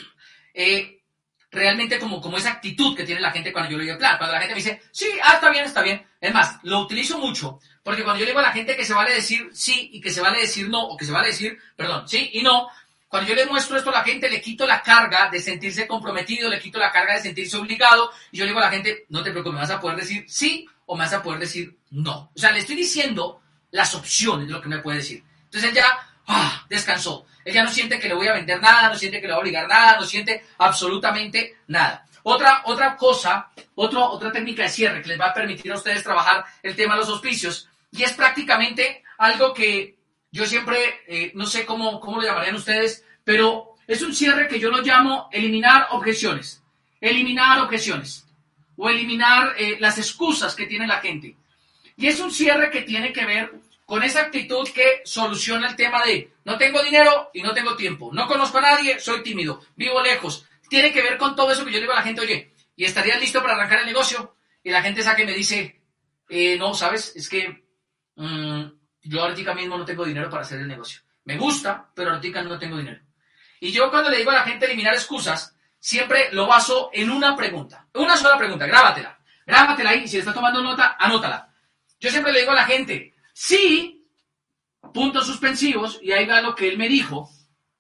eh, realmente como, como esa actitud que tiene la gente cuando yo le doy el plan. Cuando la gente me dice, sí, ah, está bien, está bien. Es más, lo utilizo mucho. Porque cuando yo le digo a la gente que se vale decir sí y que se vale decir no, o que se vale decir, perdón, sí y no, cuando yo le muestro esto a la gente, le quito la carga de sentirse comprometido, le quito la carga de sentirse obligado, y yo le digo a la gente, no te preocupes, me vas a poder decir sí o me vas a poder decir no. O sea, le estoy diciendo las opciones de lo que me puede decir. Entonces él ya ah, descansó. Él ya no siente que le voy a vender nada, no siente que le voy a obligar nada, no siente absolutamente nada. Otra, otra cosa, otro, otra técnica de cierre que les va a permitir a ustedes trabajar el tema de los auspicios, y es prácticamente algo que yo siempre, eh, no sé cómo, cómo lo llamarían ustedes, pero es un cierre que yo lo llamo eliminar objeciones. Eliminar objeciones. O eliminar eh, las excusas que tiene la gente. Y es un cierre que tiene que ver con esa actitud que soluciona el tema de no tengo dinero y no tengo tiempo. No conozco a nadie, soy tímido, vivo lejos. Tiene que ver con todo eso que yo le digo a la gente, oye, ¿y estarías listo para arrancar el negocio? Y la gente saca y me dice, eh, no, ¿sabes? Es que mmm, yo ahorita mismo no tengo dinero para hacer el negocio. Me gusta, pero ahorita no tengo dinero. Y yo cuando le digo a la gente eliminar excusas, siempre lo baso en una pregunta. Una sola pregunta, grábatela. Grábatela ahí, y si le estás tomando nota, anótala. Yo siempre le digo a la gente, si, puntos suspensivos, y ahí va lo que él me dijo,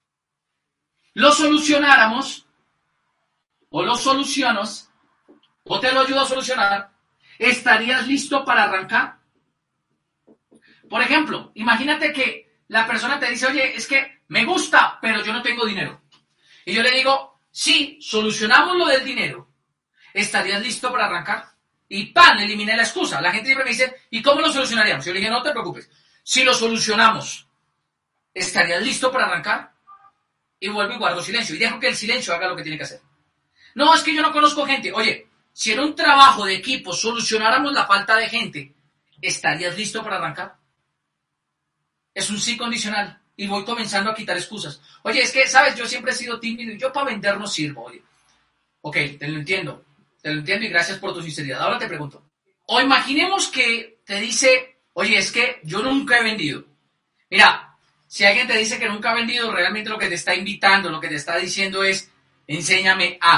lo solucionáramos, o lo solucionas, o te lo ayudo a solucionar, ¿estarías listo para arrancar? Por ejemplo, imagínate que la persona te dice, oye, es que me gusta, pero yo no tengo dinero. Y yo le digo, sí, solucionamos lo del dinero, ¿estarías listo para arrancar? Y ¡pam! Eliminé la excusa. La gente siempre me dice, ¿y cómo lo solucionaríamos? Yo le dije, no te preocupes. Si lo solucionamos, ¿estarías listo para arrancar? Y vuelvo y guardo silencio. Y dejo que el silencio haga lo que tiene que hacer. No, es que yo no conozco gente. Oye, si en un trabajo de equipo solucionáramos la falta de gente, ¿estarías listo para arrancar? Es un sí condicional. Y voy comenzando a quitar excusas. Oye, es que, ¿sabes? Yo siempre he sido tímido y yo para vender no sirvo. Oye, ok, te lo entiendo. Te lo entiendo y gracias por tu sinceridad. Ahora te pregunto. O imaginemos que te dice, oye, es que yo nunca he vendido. Mira, si alguien te dice que nunca ha vendido, realmente lo que te está invitando, lo que te está diciendo es, enséñame a.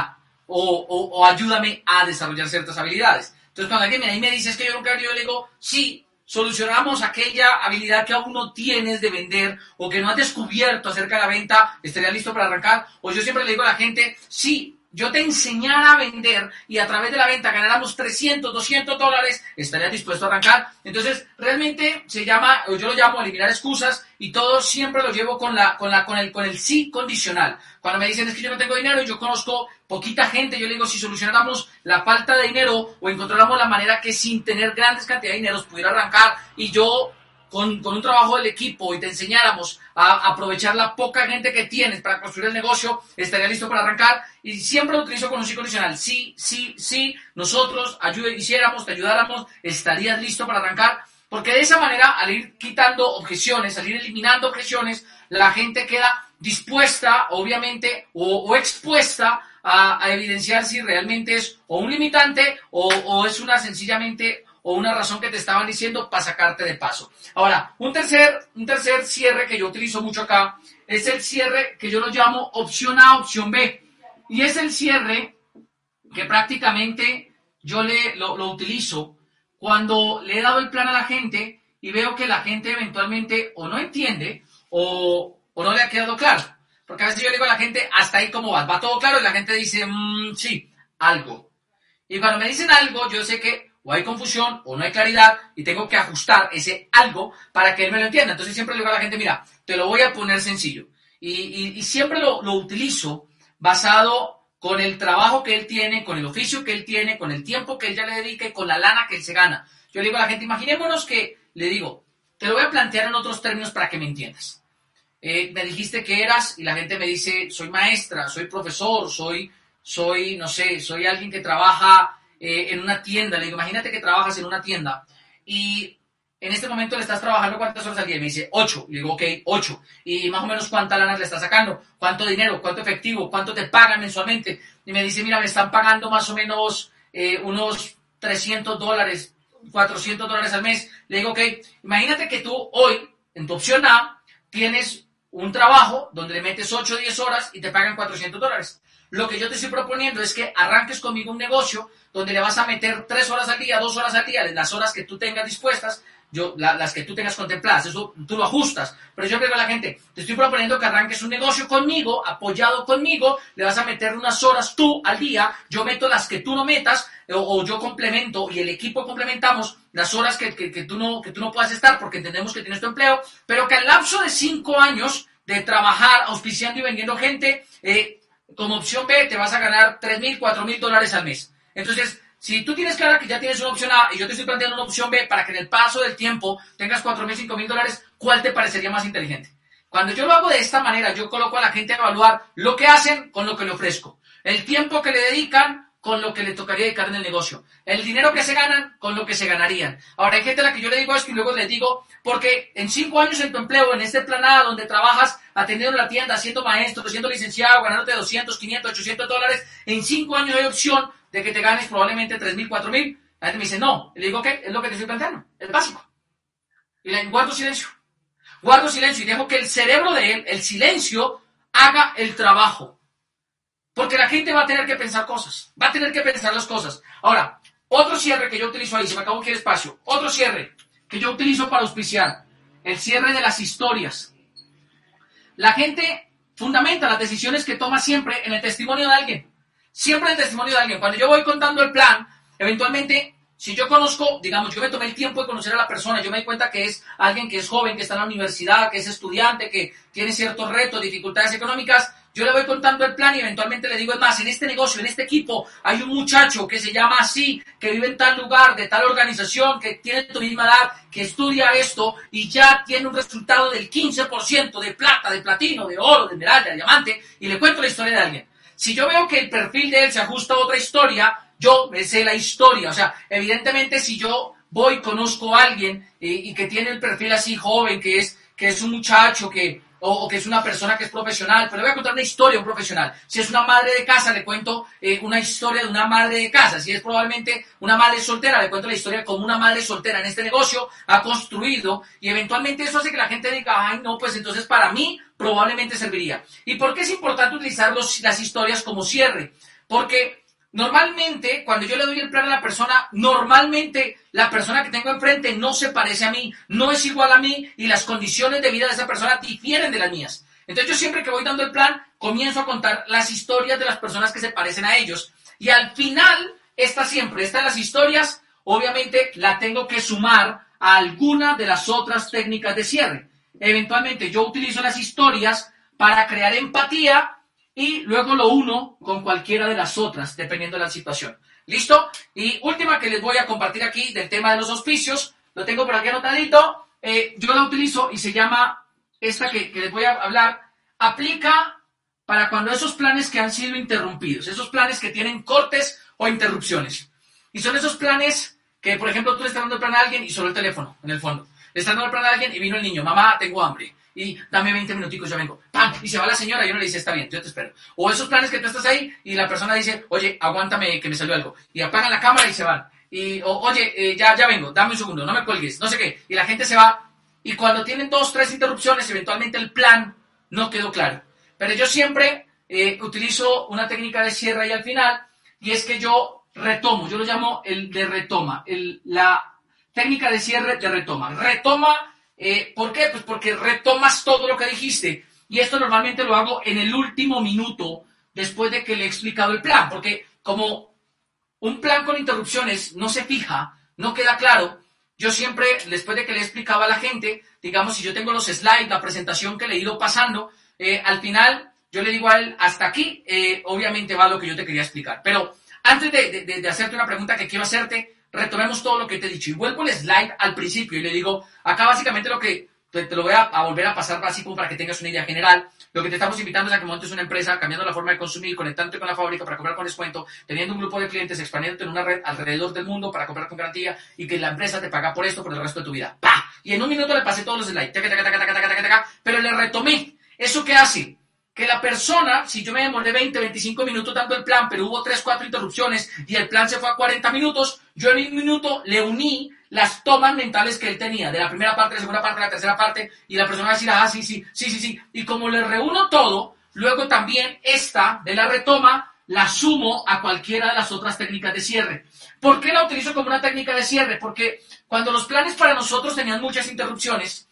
o, o, o ayúdame a desarrollar ciertas habilidades. Entonces, cuando alguien ahí me dice es que yo nunca he vendido, yo le digo, sí, solucionamos aquella habilidad que aún no tienes de vender o que no has descubierto acerca de la venta, ¿estarías listo para arrancar? O yo siempre le digo a la gente, sí, yo te enseñara a vender y a través de la venta ganáramos trescientos, doscientos dólares, ¿estarías dispuesto a arrancar? Entonces, realmente se llama, o yo lo llamo eliminar excusas y todo siempre lo llevo con la, con la, con el, con el sí condicional. Cuando me dicen es que yo no tengo dinero y yo conozco poquita gente, yo le digo si solucionáramos la falta de dinero o encontráramos la manera que sin tener grandes cantidades de dinero pudiera arrancar y yo Con, con un trabajo del equipo y te enseñáramos a, a aprovechar la poca gente que tienes para construir el negocio, estaría listo para arrancar. Y siempre lo utilizo con un sí condicional. Sí, sí, sí, nosotros ayude, hiciéramos, te ayudáramos, estarías listo para arrancar. Porque de esa manera, al ir quitando objeciones, al ir eliminando objeciones, la gente queda dispuesta, obviamente, o, o expuesta a, a evidenciar si realmente es o un limitante o, o es una sencillamente o una razón que te estaban diciendo para sacarte de paso. Ahora, un tercer, un tercer cierre que yo utilizo mucho acá es el cierre que yo lo llamo opción A, opción B. Y es el cierre que prácticamente yo le, lo, lo utilizo cuando le he dado el plan a la gente y veo que la gente eventualmente o no entiende o, o no le ha quedado claro. Porque a veces yo le digo a la gente, hasta ahí cómo vas, va todo claro y la gente dice, mmm, sí, algo. Y cuando me dicen algo, yo sé que o hay confusión o no hay claridad y tengo que ajustar ese algo para que él me lo entienda. Entonces siempre le digo a la gente, mira, te lo voy a poner sencillo. Y, y, y siempre lo, lo utilizo basado con el trabajo que él tiene, con el oficio que él tiene, con el tiempo que él ya le dedica y con la lana que él se gana. Yo le digo a la gente, imaginémonos que, le digo, te lo voy a plantear en otros términos para que me entiendas. Eh, me dijiste que eras y la gente me dice, soy maestra, soy profesor, soy, soy no sé, soy alguien que trabaja Eh, en una tienda. Le digo, imagínate que trabajas en una tienda y en este momento le estás trabajando ¿cuántas horas al día? Y me dice, ocho. Le digo, ok, ocho. Y más o menos ¿cuántas lanas le estás sacando? ¿Cuánto dinero? ¿Cuánto efectivo? ¿Cuánto te pagan mensualmente? Y me dice, mira, me están pagando más o menos eh, unos trescientos dólares, cuatrocientos dólares al mes. Le digo, ok, imagínate que tú hoy, en tu opción A, tienes un trabajo donde le metes ocho o diez horas y te pagan cuatrocientos dólares. Lo que yo te estoy proponiendo es que arranques conmigo un negocio donde le vas a meter tres horas al día, dos horas al día, las horas que tú tengas dispuestas, yo, la, las que tú tengas contempladas, eso tú lo ajustas. Pero yo le digo a la gente, te estoy proponiendo que arranques un negocio conmigo, apoyado conmigo, le vas a meter unas horas tú al día, yo meto las que tú no metas, o, o yo complemento y el equipo complementamos las horas que, que, que, tú no, que tú no puedas estar porque entendemos que tienes tu empleo, pero que al lapso de cinco años de trabajar auspiciando y vendiendo gente, eh, como opción B te vas a ganar tres mil, cuatro mil dólares al mes. Entonces, si tú tienes clara que ya tienes una opción A y yo te estoy planteando una opción B para que en el paso del tiempo tengas cuatro mil, cinco mil dólares, ¿cuál te parecería más inteligente? Cuando yo lo hago de esta manera, yo coloco a la gente a evaluar lo que hacen con lo que le ofrezco, el tiempo que le dedican con lo que le tocaría dedicar en el negocio, el dinero que se ganan con lo que se ganarían. Ahora, hay gente a la que yo le digo esto y luego les digo, porque en cinco años en tu empleo, en este plan A donde trabajas atendiendo la tienda, siendo maestro, siendo licenciado, ganándote doscientos, quinientos, ochocientos dólares, en cinco años hay opción de que te ganes probablemente tres mil, cuatro mil. La gente me dice, no. Y le digo, ¿qué? Es lo que te estoy planteando, es básico. Y le guardo silencio. Guardo silencio y dejo que el cerebro de él, el silencio, haga el trabajo. Porque la gente va a tener que pensar cosas, va a tener que pensar las cosas. Ahora, otro cierre que yo utilizo ahí, se me acabó aquí el espacio, otro cierre que yo utilizo para auspiciar, el cierre de las historias. La gente fundamenta las decisiones que toma siempre en el testimonio de alguien, siempre en el testimonio de alguien. Cuando yo voy contando el plan, eventualmente, si yo conozco, digamos, yo me tomé el tiempo de conocer a la persona, yo me di cuenta que es alguien que es joven, que está en la universidad, que es estudiante, que tiene ciertos retos, dificultades económicas, yo le voy contando el plan y eventualmente le digo, es más, en este negocio, en este equipo, hay un muchacho que se llama así, que vive en tal lugar, de tal organización, que tiene tu misma edad, que estudia esto y ya tiene un resultado del quince por ciento de plata, de platino, de oro, de esmeralda, de diamante, y le cuento la historia de alguien. Si yo veo que el perfil de él se ajusta a otra historia, yo me sé la historia. O sea, evidentemente si yo voy, conozco a alguien eh, y que tiene el perfil así joven, que es, que es un muchacho, que... o que es una persona que es profesional, pero le voy a contar una historia a un profesional. Si es una madre de casa, le cuento eh, una historia de una madre de casa. Si es probablemente una madre soltera, le cuento la historia como una madre soltera en este negocio ha construido, y eventualmente eso hace que la gente diga, ay no, pues entonces para mí probablemente serviría. ¿Y por qué es importante utilizar los, las historias como cierre? Porque normalmente, cuando yo le doy el plan a la persona, normalmente la persona que tengo enfrente no se parece a mí, no es igual a mí y las condiciones de vida de esa persona difieren de las mías. Entonces yo siempre que voy dando el plan, comienzo a contar las historias de las personas que se parecen a ellos. Y al final, esta siempre, esta de las historias, obviamente la tengo que sumar a alguna de las otras técnicas de cierre. Eventualmente yo utilizo las historias para crear empatía y luego lo uno con cualquiera de las otras, dependiendo de la situación. ¿Listo? Y última que les voy a compartir aquí del tema de los auspicios, lo tengo por aquí anotadito, eh, yo la utilizo y se llama, esta que, que les voy a hablar, aplica para cuando esos planes que han sido interrumpidos, esos planes que tienen cortes o interrupciones. Y son esos planes que, por ejemplo, tú le estás dando el plan a alguien y solo el teléfono, en el fondo. Le estás dando el plan a alguien y vino el niño, mamá, tengo hambre. Y dame veinte minuticos, ya vengo. ¡Pam! Y se va la señora y uno le dice, está bien, yo te espero. O esos planes que tú estás ahí y la persona dice, oye, aguántame que me salió algo. Y apagan la cámara y se van. Y, o, oye, eh, ya, ya vengo, dame un segundo, no me cuelgues, no sé qué. Y la gente se va. Y cuando tienen dos, tres interrupciones, eventualmente el plan no quedó claro. Pero yo siempre eh, utilizo una técnica de cierre ahí al final, y es que yo retomo, yo lo llamo el de retoma, el, la técnica de cierre de retoma. Retoma, eh, ¿por qué? Pues porque retomas todo lo que dijiste, y esto normalmente lo hago en el último minuto después de que le he explicado el plan, porque como un plan con interrupciones no se fija, no queda claro, yo siempre, después de que le he explicado a la gente, digamos, si yo tengo los slides, la presentación que le he ido pasando, eh, al final yo le digo a él, hasta aquí, eh, obviamente va lo que yo te quería explicar. Pero antes de, de, de hacerte una pregunta que quiero hacerte, retomemos todo lo que te he dicho. Y vuelvo el slide al principio y le digo, acá básicamente lo que te, te lo voy a, a volver a pasar básico para que tengas una idea general. Lo que te estamos invitando es a que montes una empresa, cambiando la forma de consumir, conectándote con la fábrica para comprar con descuento, teniendo un grupo de clientes, expandiéndote en una red alrededor del mundo para comprar con garantía y que la empresa te paga por esto por el resto de tu vida. ¡Pah! Y en un minuto le pasé todos los slides, taca, taca, taca, taca, taca, taca, taca, pero le retomé. ¿Eso qué hace? Que la persona, si yo me demoré veinte, veinticinco minutos dando el plan, pero hubo tres, cuatro interrupciones y el plan se fue a cuarenta minutos, yo en un minuto le uní las tomas mentales que él tenía, de la primera parte, de la segunda parte, de la tercera parte, y la persona va a decir, ah, sí, sí, sí, sí, sí. Y como le reúno todo, luego también esta de la retoma la sumo a cualquiera de las otras técnicas de cierre. ¿Por qué la utilizo como una técnica de cierre? Porque cuando los planes para nosotros tenían muchas interrupciones,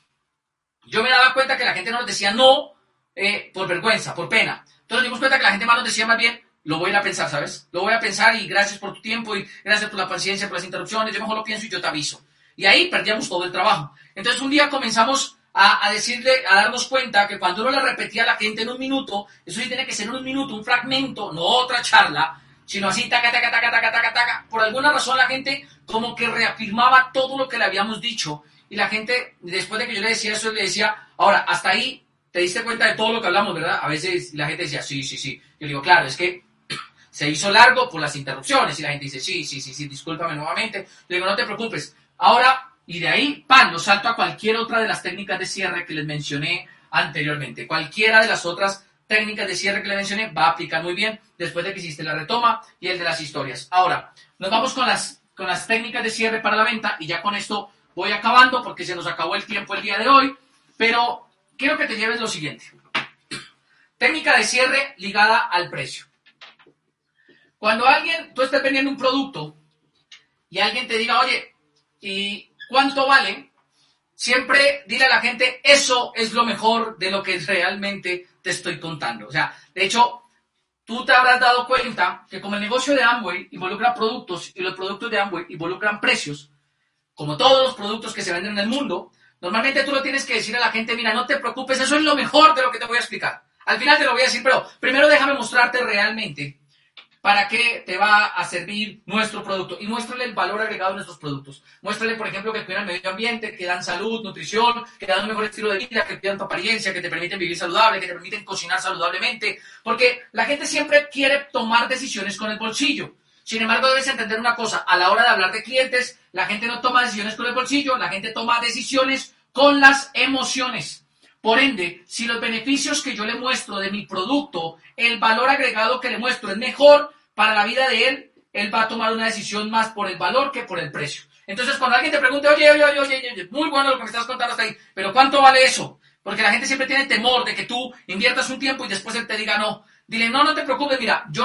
yo me daba cuenta que la gente no nos decía no eh, por vergüenza, por pena. Entonces nos dimos cuenta que la gente más nos decía más bien, lo voy a ir a pensar, ¿sabes? Lo voy a pensar y gracias por tu tiempo y gracias por la paciencia, por las interrupciones, yo mejor lo pienso y yo te aviso. Y ahí perdíamos todo el trabajo. Entonces un día comenzamos a, a decirle, a darnos cuenta que cuando uno le repetía a la gente en un minuto, eso sí tiene que ser en un minuto, un fragmento, no otra charla, sino así, taca, taca, taca, taca, taca, taca. Por alguna razón la gente como que reafirmaba todo lo que le habíamos dicho. Y la gente, después de que yo le decía eso, le decía, ahora, hasta ahí te diste cuenta de todo lo que hablamos, ¿verdad? A veces la gente decía, sí, sí, sí. Yo le digo, claro, es que se hizo largo por las interrupciones. Y la gente dice, sí, sí, sí, sí, discúlpame nuevamente. Le digo, no te preocupes. Ahora, y de ahí, pan, lo salto a cualquier otra de las técnicas de cierre que les mencioné anteriormente. Cualquiera de las otras técnicas de cierre que les mencioné va a aplicar muy bien después de que hiciste la retoma y el de las historias. Ahora, nos vamos con las, con las técnicas de cierre para la venta y ya con esto voy acabando porque se nos acabó el tiempo el día de hoy, pero quiero que te lleves lo siguiente. Técnica de cierre ligada al precio. Cuando alguien, tú estés vendiendo un producto y alguien te diga, oye, ¿y cuánto vale? Siempre dile a la gente, eso es lo mejor de lo que realmente te estoy contando. O sea, de hecho, tú te habrás dado cuenta que como el negocio de Amway involucra productos y los productos de Amway involucran precios, como todos los productos que se venden en el mundo, normalmente tú lo tienes que decir a la gente, mira, no te preocupes, eso es lo mejor de lo que te voy a explicar. Al final te lo voy a decir, pero primero déjame mostrarte realmente para qué te va a servir nuestro producto y muéstrale el valor agregado de nuestros productos. Muéstrale, por ejemplo, que cuidan el medio ambiente, que dan salud, nutrición, que dan un mejor estilo de vida, que cuidan tu apariencia, que te permiten vivir saludable, que te permiten cocinar saludablemente, porque la gente siempre quiere tomar decisiones con el bolsillo. Sin embargo, debes entender una cosa, a la hora de hablar de clientes, la gente no toma decisiones con el bolsillo, la gente toma decisiones con las emociones. Por ende, si los beneficios que yo le muestro de mi producto, el valor agregado que le muestro es mejor para la vida de él, él va a tomar una decisión más por el valor que por el precio. Entonces, cuando alguien te pregunte, oye, oye, oye, oye, oye, muy bueno lo que me estás contando hasta ahí, pero ¿cuánto vale eso? Porque la gente siempre tiene temor de que tú inviertas un tiempo y después él te diga no. Dile, no, no te preocupes, mira, yo no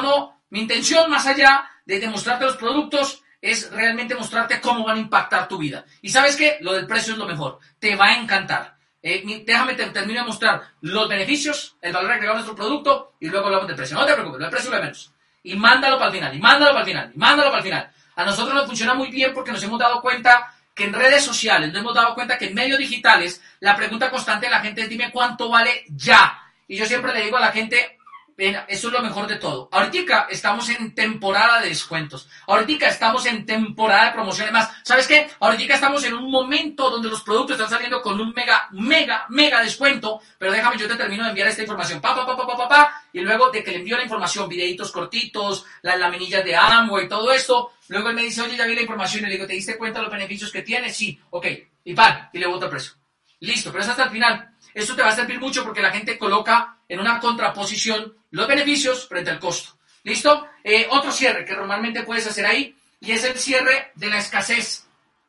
mi intención más allá de demostrarte los productos es realmente mostrarte cómo van a impactar tu vida. Y ¿sabes qué? Lo del precio es lo mejor. Te va a encantar. Eh, déjame te, termino de mostrar los beneficios, el valor agregado a nuestro producto y luego hablamos del precio. No te preocupes, el precio es lo de menos. Y mándalo para el final, y mándalo para el final, y mándalo para el final. A nosotros nos funciona muy bien porque nos hemos dado cuenta que en redes sociales, nos hemos dado cuenta que en medios digitales, la pregunta constante de la gente es dime cuánto vale ya. Y yo siempre le digo a la gente, ven, eso es lo mejor de todo. Ahorita estamos en temporada de descuentos. Ahorita estamos en temporada de promociones más. ¿Sabes qué? Ahorita estamos en un momento donde los productos están saliendo con un mega, mega, mega descuento. Pero déjame, yo te termino de enviar esta información. Pa, pa, pa, pa, pa, pa, pa. Y luego de que le envío la información, videitos cortitos, las laminillas de Amway y todo esto. Luego él me dice, oye, ya vi la información. Y le digo, ¿te diste cuenta de los beneficios que tiene? Sí, ok. Y pan, y le boto el precio. Listo, pero es hasta el final. Esto te va a servir mucho porque la gente coloca en una contraposición los beneficios frente al costo. ¿Listo? Eh, otro cierre que normalmente puedes hacer ahí y es el cierre de la escasez.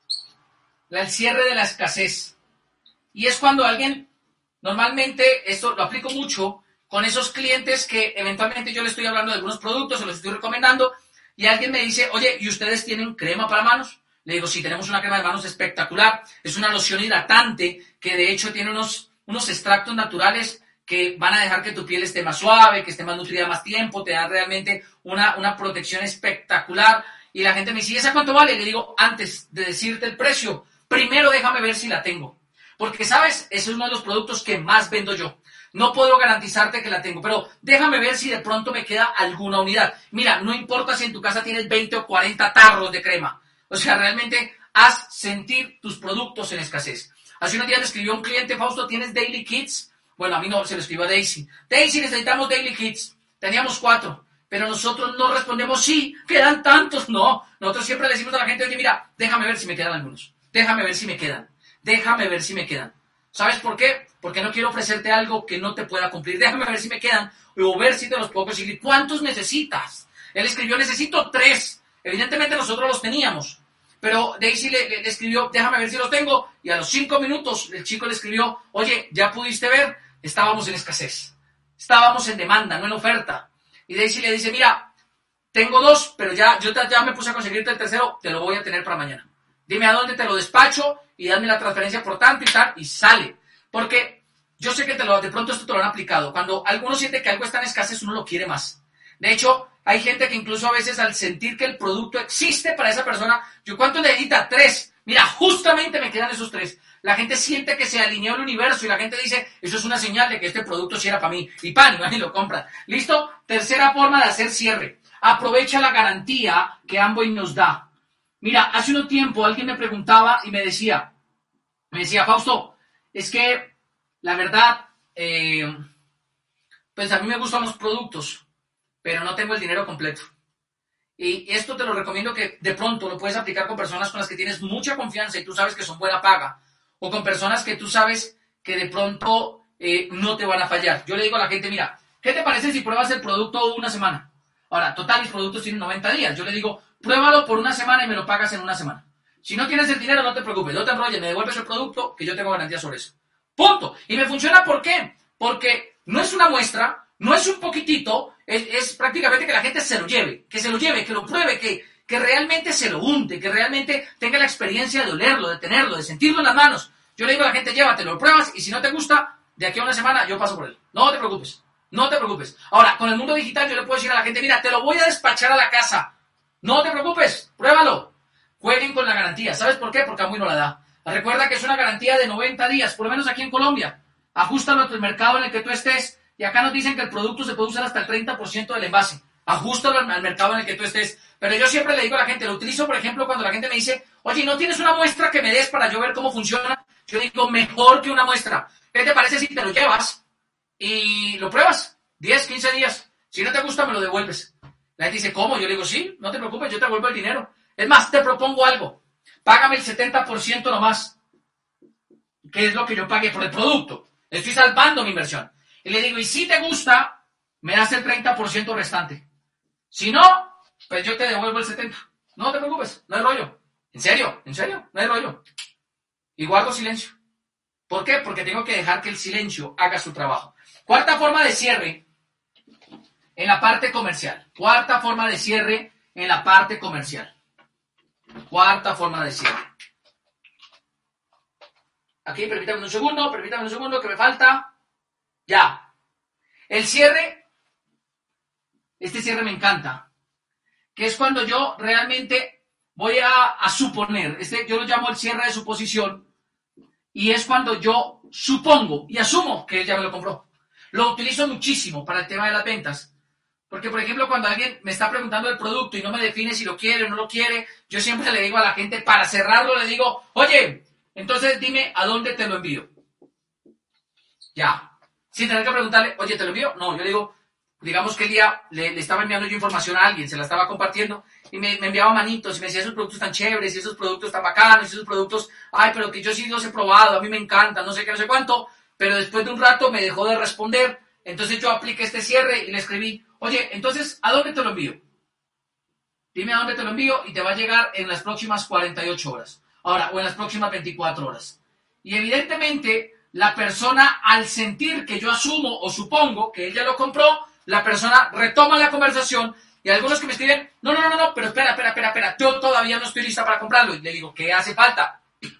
El cierre de la escasez. Y es cuando alguien, normalmente, esto lo aplico mucho con esos clientes que eventualmente yo le estoy hablando de algunos productos, se los estoy recomendando y alguien me dice, oye, ¿y ustedes tienen crema para manos? Le digo, sí, tenemos una crema de manos espectacular. Es una loción hidratante que de hecho tiene unos... unos extractos naturales que van a dejar que tu piel esté más suave, que esté más nutrida más tiempo, te dan realmente una, una protección espectacular. Y la gente me dice, ¿y esa cuánto vale? Y le digo, antes de decirte el precio, primero déjame ver si la tengo. Porque, ¿sabes? Ese es uno de los productos que más vendo yo. No puedo garantizarte que la tengo, pero déjame ver si de pronto me queda alguna unidad. Mira, no importa si en tu casa tienes veinte o cuarenta tarros de crema. O sea, realmente haz sentir tus productos en escasez. Hace unos días le escribió un cliente, Fausto, ¿tienes Daily Kits? Bueno, a mí no, se lo escribió a Daisy. Daisy, necesitamos Daily Kits. Teníamos cuatro, pero nosotros no respondemos, sí, quedan tantos. No, nosotros siempre le decimos a la gente, oye, mira, déjame ver si me quedan algunos. Déjame ver si me quedan. Déjame ver si me quedan. ¿Sabes por qué? Porque no quiero ofrecerte algo que no te pueda cumplir. Déjame ver si me quedan o ver si te los puedo conseguir. ¿Cuántos necesitas? Él escribió, necesito tres. Evidentemente nosotros los teníamos. Pero Daisy le, le, le escribió, déjame ver si los tengo. Y a los cinco minutos el chico le escribió, oye, ¿ya pudiste ver? Estábamos en escasez. Estábamos en demanda, no en oferta. Y Daisy le dice, mira, tengo dos, pero ya, yo ya me puse a conseguirte el tercero, te lo voy a tener para mañana. Dime a dónde te lo despacho y dame la transferencia por tanto y tal, y sale. Porque yo sé que te lo, de pronto esto te lo han aplicado. Cuando alguno siente que algo está en escasez, uno lo quiere más. De hecho, hay gente que incluso a veces al sentir que el producto existe para esa persona, yo ¿cuánto necesita? Tres. Mira, justamente me quedan esos tres. La gente siente que se alineó el universo y la gente dice, eso es una señal de que este producto sí era para mí. Y pan, y lo compran. ¿Listo? Tercera forma de hacer cierre. Aprovecha la garantía que Amway nos da. Mira, hace un tiempo alguien me preguntaba y me decía, me decía, Fausto, es que la verdad, eh, pues a mí me gustan los productos, pero no tengo el dinero completo. Y esto te lo recomiendo que de pronto lo puedes aplicar con personas con las que tienes mucha confianza y tú sabes que son buena paga. O con personas que tú sabes que de pronto eh, no te van a fallar. Yo le digo a la gente, mira, ¿qué te parece si pruebas el producto una semana? Ahora, total, mis productos tienen noventa días. Yo le digo, pruébalo por una semana y me lo pagas en una semana. Si no tienes el dinero, no te preocupes, no te enrolles, me devuelves el producto que yo tengo garantía sobre eso. Punto. Y me funciona, ¿por qué? Porque no es una muestra, no es un poquitito, es, es prácticamente que la gente se lo lleve, que se lo lleve, que lo pruebe, que, que realmente se lo unte, que realmente tenga la experiencia de olerlo, de tenerlo, de sentirlo en las manos. Yo le digo a la gente, llévatelo, lo pruebas y si no te gusta, de aquí a una semana yo paso por él. No te preocupes, no te preocupes. Ahora, con el mundo digital yo le puedo decir a la gente, mira, te lo voy a despachar a la casa. No te preocupes, pruébalo. Jueguen con la garantía. ¿Sabes por qué? Porque Amway no la da. Recuerda que es una garantía de noventa días, por lo menos aquí en Colombia. Ajústalo a tu mercado en el que tú estés. Y acá nos dicen que el producto se puede usar hasta el treinta por ciento del envase. Ajústalo al, al mercado en el que tú estés. Pero yo siempre le digo a la gente, lo utilizo, por ejemplo, cuando la gente me dice, oye, ¿no tienes una muestra que me des para yo ver cómo funciona? Yo digo, mejor que una muestra. ¿Qué te parece si te lo llevas y lo pruebas? diez, quince días. Si no te gusta, me lo devuelves. La gente dice, ¿cómo? Yo le digo, sí, no te preocupes, yo te devuelvo el dinero. Es más, te propongo algo. Págame el setenta por ciento nomás, que es lo que yo pagué por el producto. Estoy salvando mi inversión. Y le digo, y si te gusta, me das el treinta por ciento restante. Si no, pues yo te devuelvo el setenta por ciento. No te preocupes, no hay rollo. ¿En serio? ¿En serio? No hay rollo. Y guardo silencio. ¿Por qué? Porque tengo que dejar que el silencio haga su trabajo. Cuarta forma de cierre en la parte comercial. Cuarta forma de cierre en la parte comercial. Cuarta forma de cierre. Aquí, permítame un segundo, permítame un segundo que me falta. Ya. El cierre, este cierre me encanta, que es cuando yo realmente voy a, a suponer, este, yo lo llamo el cierre de suposición, y es cuando yo supongo y asumo que él ya me lo compró. Lo utilizo muchísimo para el tema de las ventas. Porque, por ejemplo, cuando alguien me está preguntando el producto y no me define si lo quiere o no lo quiere, yo siempre le digo a la gente, para cerrarlo, le digo, oye, entonces dime a dónde te lo envío. Ya. Sin tener que preguntarle, oye, ¿te lo envío? No, yo le digo, digamos que el día le, le estaba enviando yo información a alguien, se la estaba compartiendo, y me, me enviaba manitos, y me decía, esos productos tan chéveres, y esos productos tan bacanos, y esos productos, ay, pero que yo sí los he probado, a mí me encantan, no sé qué, no sé cuánto, pero después de un rato me dejó de responder, entonces yo apliqué este cierre y le escribí, oye, entonces, ¿a dónde te lo envío? Dime a dónde te lo envío y te va a llegar en las próximas cuarenta y ocho horas. Ahora, o en las próximas veinticuatro horas. Y evidentemente, la persona, al sentir que yo asumo o supongo que ella lo compró, la persona retoma la conversación y algunos que me escriben, no, no, no, no, pero espera, espera, espera, espera, yo todavía no estoy lista para comprarlo. Y le digo, ¿qué hace falta?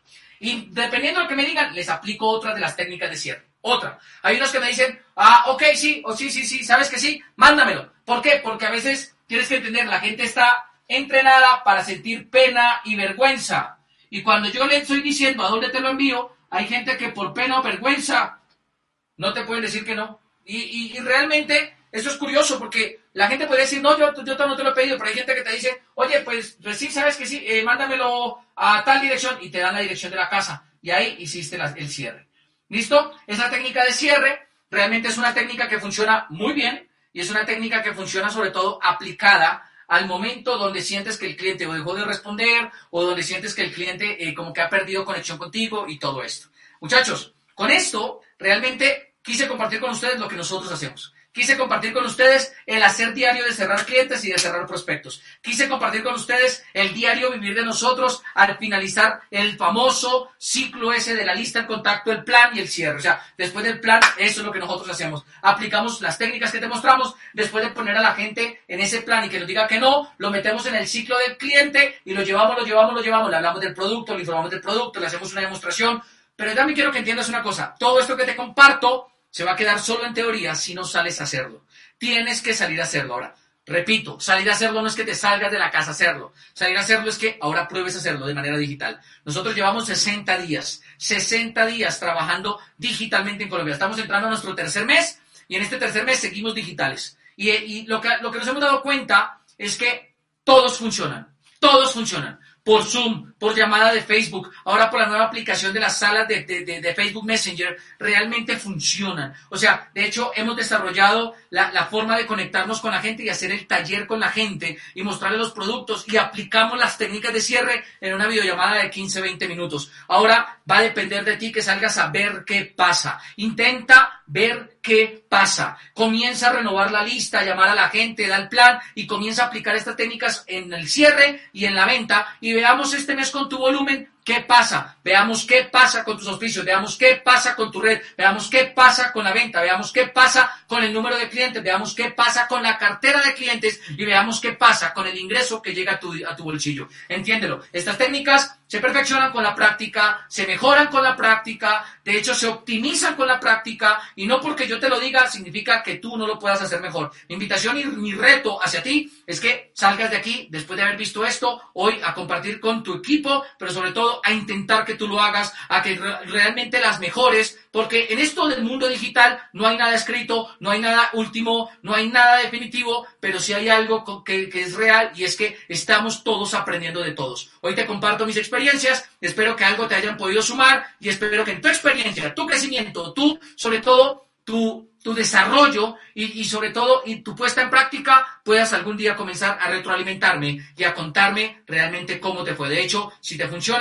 Y dependiendo de lo que me digan, les aplico otra de las técnicas de cierre. Otra. Hay unos que me dicen, ah, ok, sí, o sí, sí, sí, ¿sabes que sí? Mándamelo. ¿Por qué? Porque a veces tienes que entender, la gente está entrenada para sentir pena y vergüenza. Y cuando yo le estoy diciendo a dónde te lo envío, hay gente que por pena o vergüenza no te pueden decir que no. Y, y, y realmente eso es curioso porque la gente puede decir, no, yo, yo no te lo he pedido, pero hay gente que te dice, oye, pues, pues sí, sabes que sí, eh, mándamelo a tal dirección y te dan la dirección de la casa. Y ahí hiciste la, el cierre. ¿Listo? Esa técnica de cierre realmente es una técnica que funciona muy bien y es una técnica que funciona sobre todo aplicada al momento donde sientes que el cliente o dejó de responder o donde sientes que el cliente eh, como que ha perdido conexión contigo y todo esto. Muchachos, con esto realmente quise compartir con ustedes lo que nosotros hacemos. Quise compartir con ustedes el hacer diario de cerrar clientes y de cerrar prospectos. Quise compartir con ustedes el diario vivir de nosotros al finalizar el famoso ciclo ese de la lista, el contacto, el plan y el cierre. O sea, después del plan, eso es lo que nosotros hacemos. Aplicamos las técnicas que te mostramos. Después de poner a la gente en ese plan y que nos diga que no, lo metemos en el ciclo del cliente y lo llevamos, lo llevamos, lo llevamos. Le hablamos del producto, le informamos del producto, le hacemos una demostración. Pero yo también quiero que entiendas una cosa. Todo esto que te comparto se va a quedar solo en teoría si no sales a hacerlo. Tienes que salir a hacerlo. Ahora, repito, salir a hacerlo no es que te salgas de la casa a hacerlo. Salir a hacerlo es que ahora pruebes a hacerlo de manera digital. Nosotros llevamos sesenta días, sesenta días trabajando digitalmente en Colombia. Estamos entrando a nuestro tercer mes y en este tercer mes seguimos digitales. Y, y lo, que, lo que nos hemos dado cuenta es que todos funcionan, todos funcionan. Por Zoom, por llamada de Facebook, ahora por la nueva aplicación de las salas de, de, de, de Facebook Messenger, realmente funcionan. O sea, de hecho, hemos desarrollado la, la forma de conectarnos con la gente y hacer el taller con la gente y mostrarle los productos y aplicamos las técnicas de cierre en una videollamada de quince a veinte minutos. Ahora va a depender de ti que salgas a ver qué pasa. Intenta ver qué pasa. Comienza a renovar la lista, a llamar a la gente, da el plan y comienza a aplicar estas técnicas en el cierre y en la venta y veamos este mes con tu volumen qué pasa, veamos qué pasa con tus auspicios, veamos qué pasa con tu red, veamos qué pasa con la venta, veamos qué pasa con el número de clientes, veamos qué pasa con la cartera de clientes y veamos qué pasa con el ingreso que llega a tu, a tu bolsillo. Entiéndelo, estas técnicas se perfeccionan con la práctica, se mejoran con la práctica, de hecho se optimizan con la práctica y no porque yo te lo diga significa que tú no lo puedas hacer mejor. Mi invitación y mi reto hacia ti es que salgas de aquí después de haber visto esto hoy a compartir con tu equipo, pero sobre todo a intentar que tú lo hagas, a que re- realmente las mejores, porque en esto del mundo digital no hay nada escrito, no hay nada último, no hay nada definitivo, pero sí hay algo que, que es real y es que estamos todos aprendiendo de todos. Hoy te comparto mis experiencias, espero que algo te hayan podido sumar y espero que en tu experiencia, tu crecimiento, tú, sobre todo, tu, tu desarrollo y, y sobre todo y tu puesta en práctica puedas algún día comenzar a retroalimentarme y a contarme realmente cómo te fue. De hecho, si te funcionan,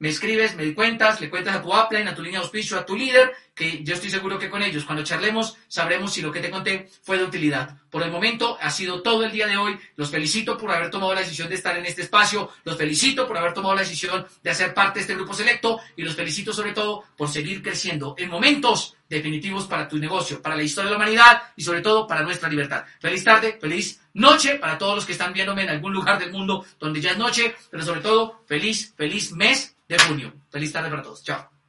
me escribes, me cuentas, le cuentas a tu upline, a tu línea de auspicio, a tu líder, que yo estoy seguro que con ellos, cuando charlemos, sabremos si lo que te conté fue de utilidad. Por el momento, ha sido todo el día de hoy. Los felicito por haber tomado la decisión de estar en este espacio, los felicito por haber tomado la decisión de hacer parte de este grupo selecto, y los felicito sobre todo por seguir creciendo en momentos definitivos para tu negocio, para la historia de la humanidad y sobre todo para nuestra libertad. Feliz tarde, feliz noche para todos los que están viéndome en algún lugar del mundo donde ya es noche, pero sobre todo, feliz, feliz mes de junio. Feliz tarde para todos. Chao.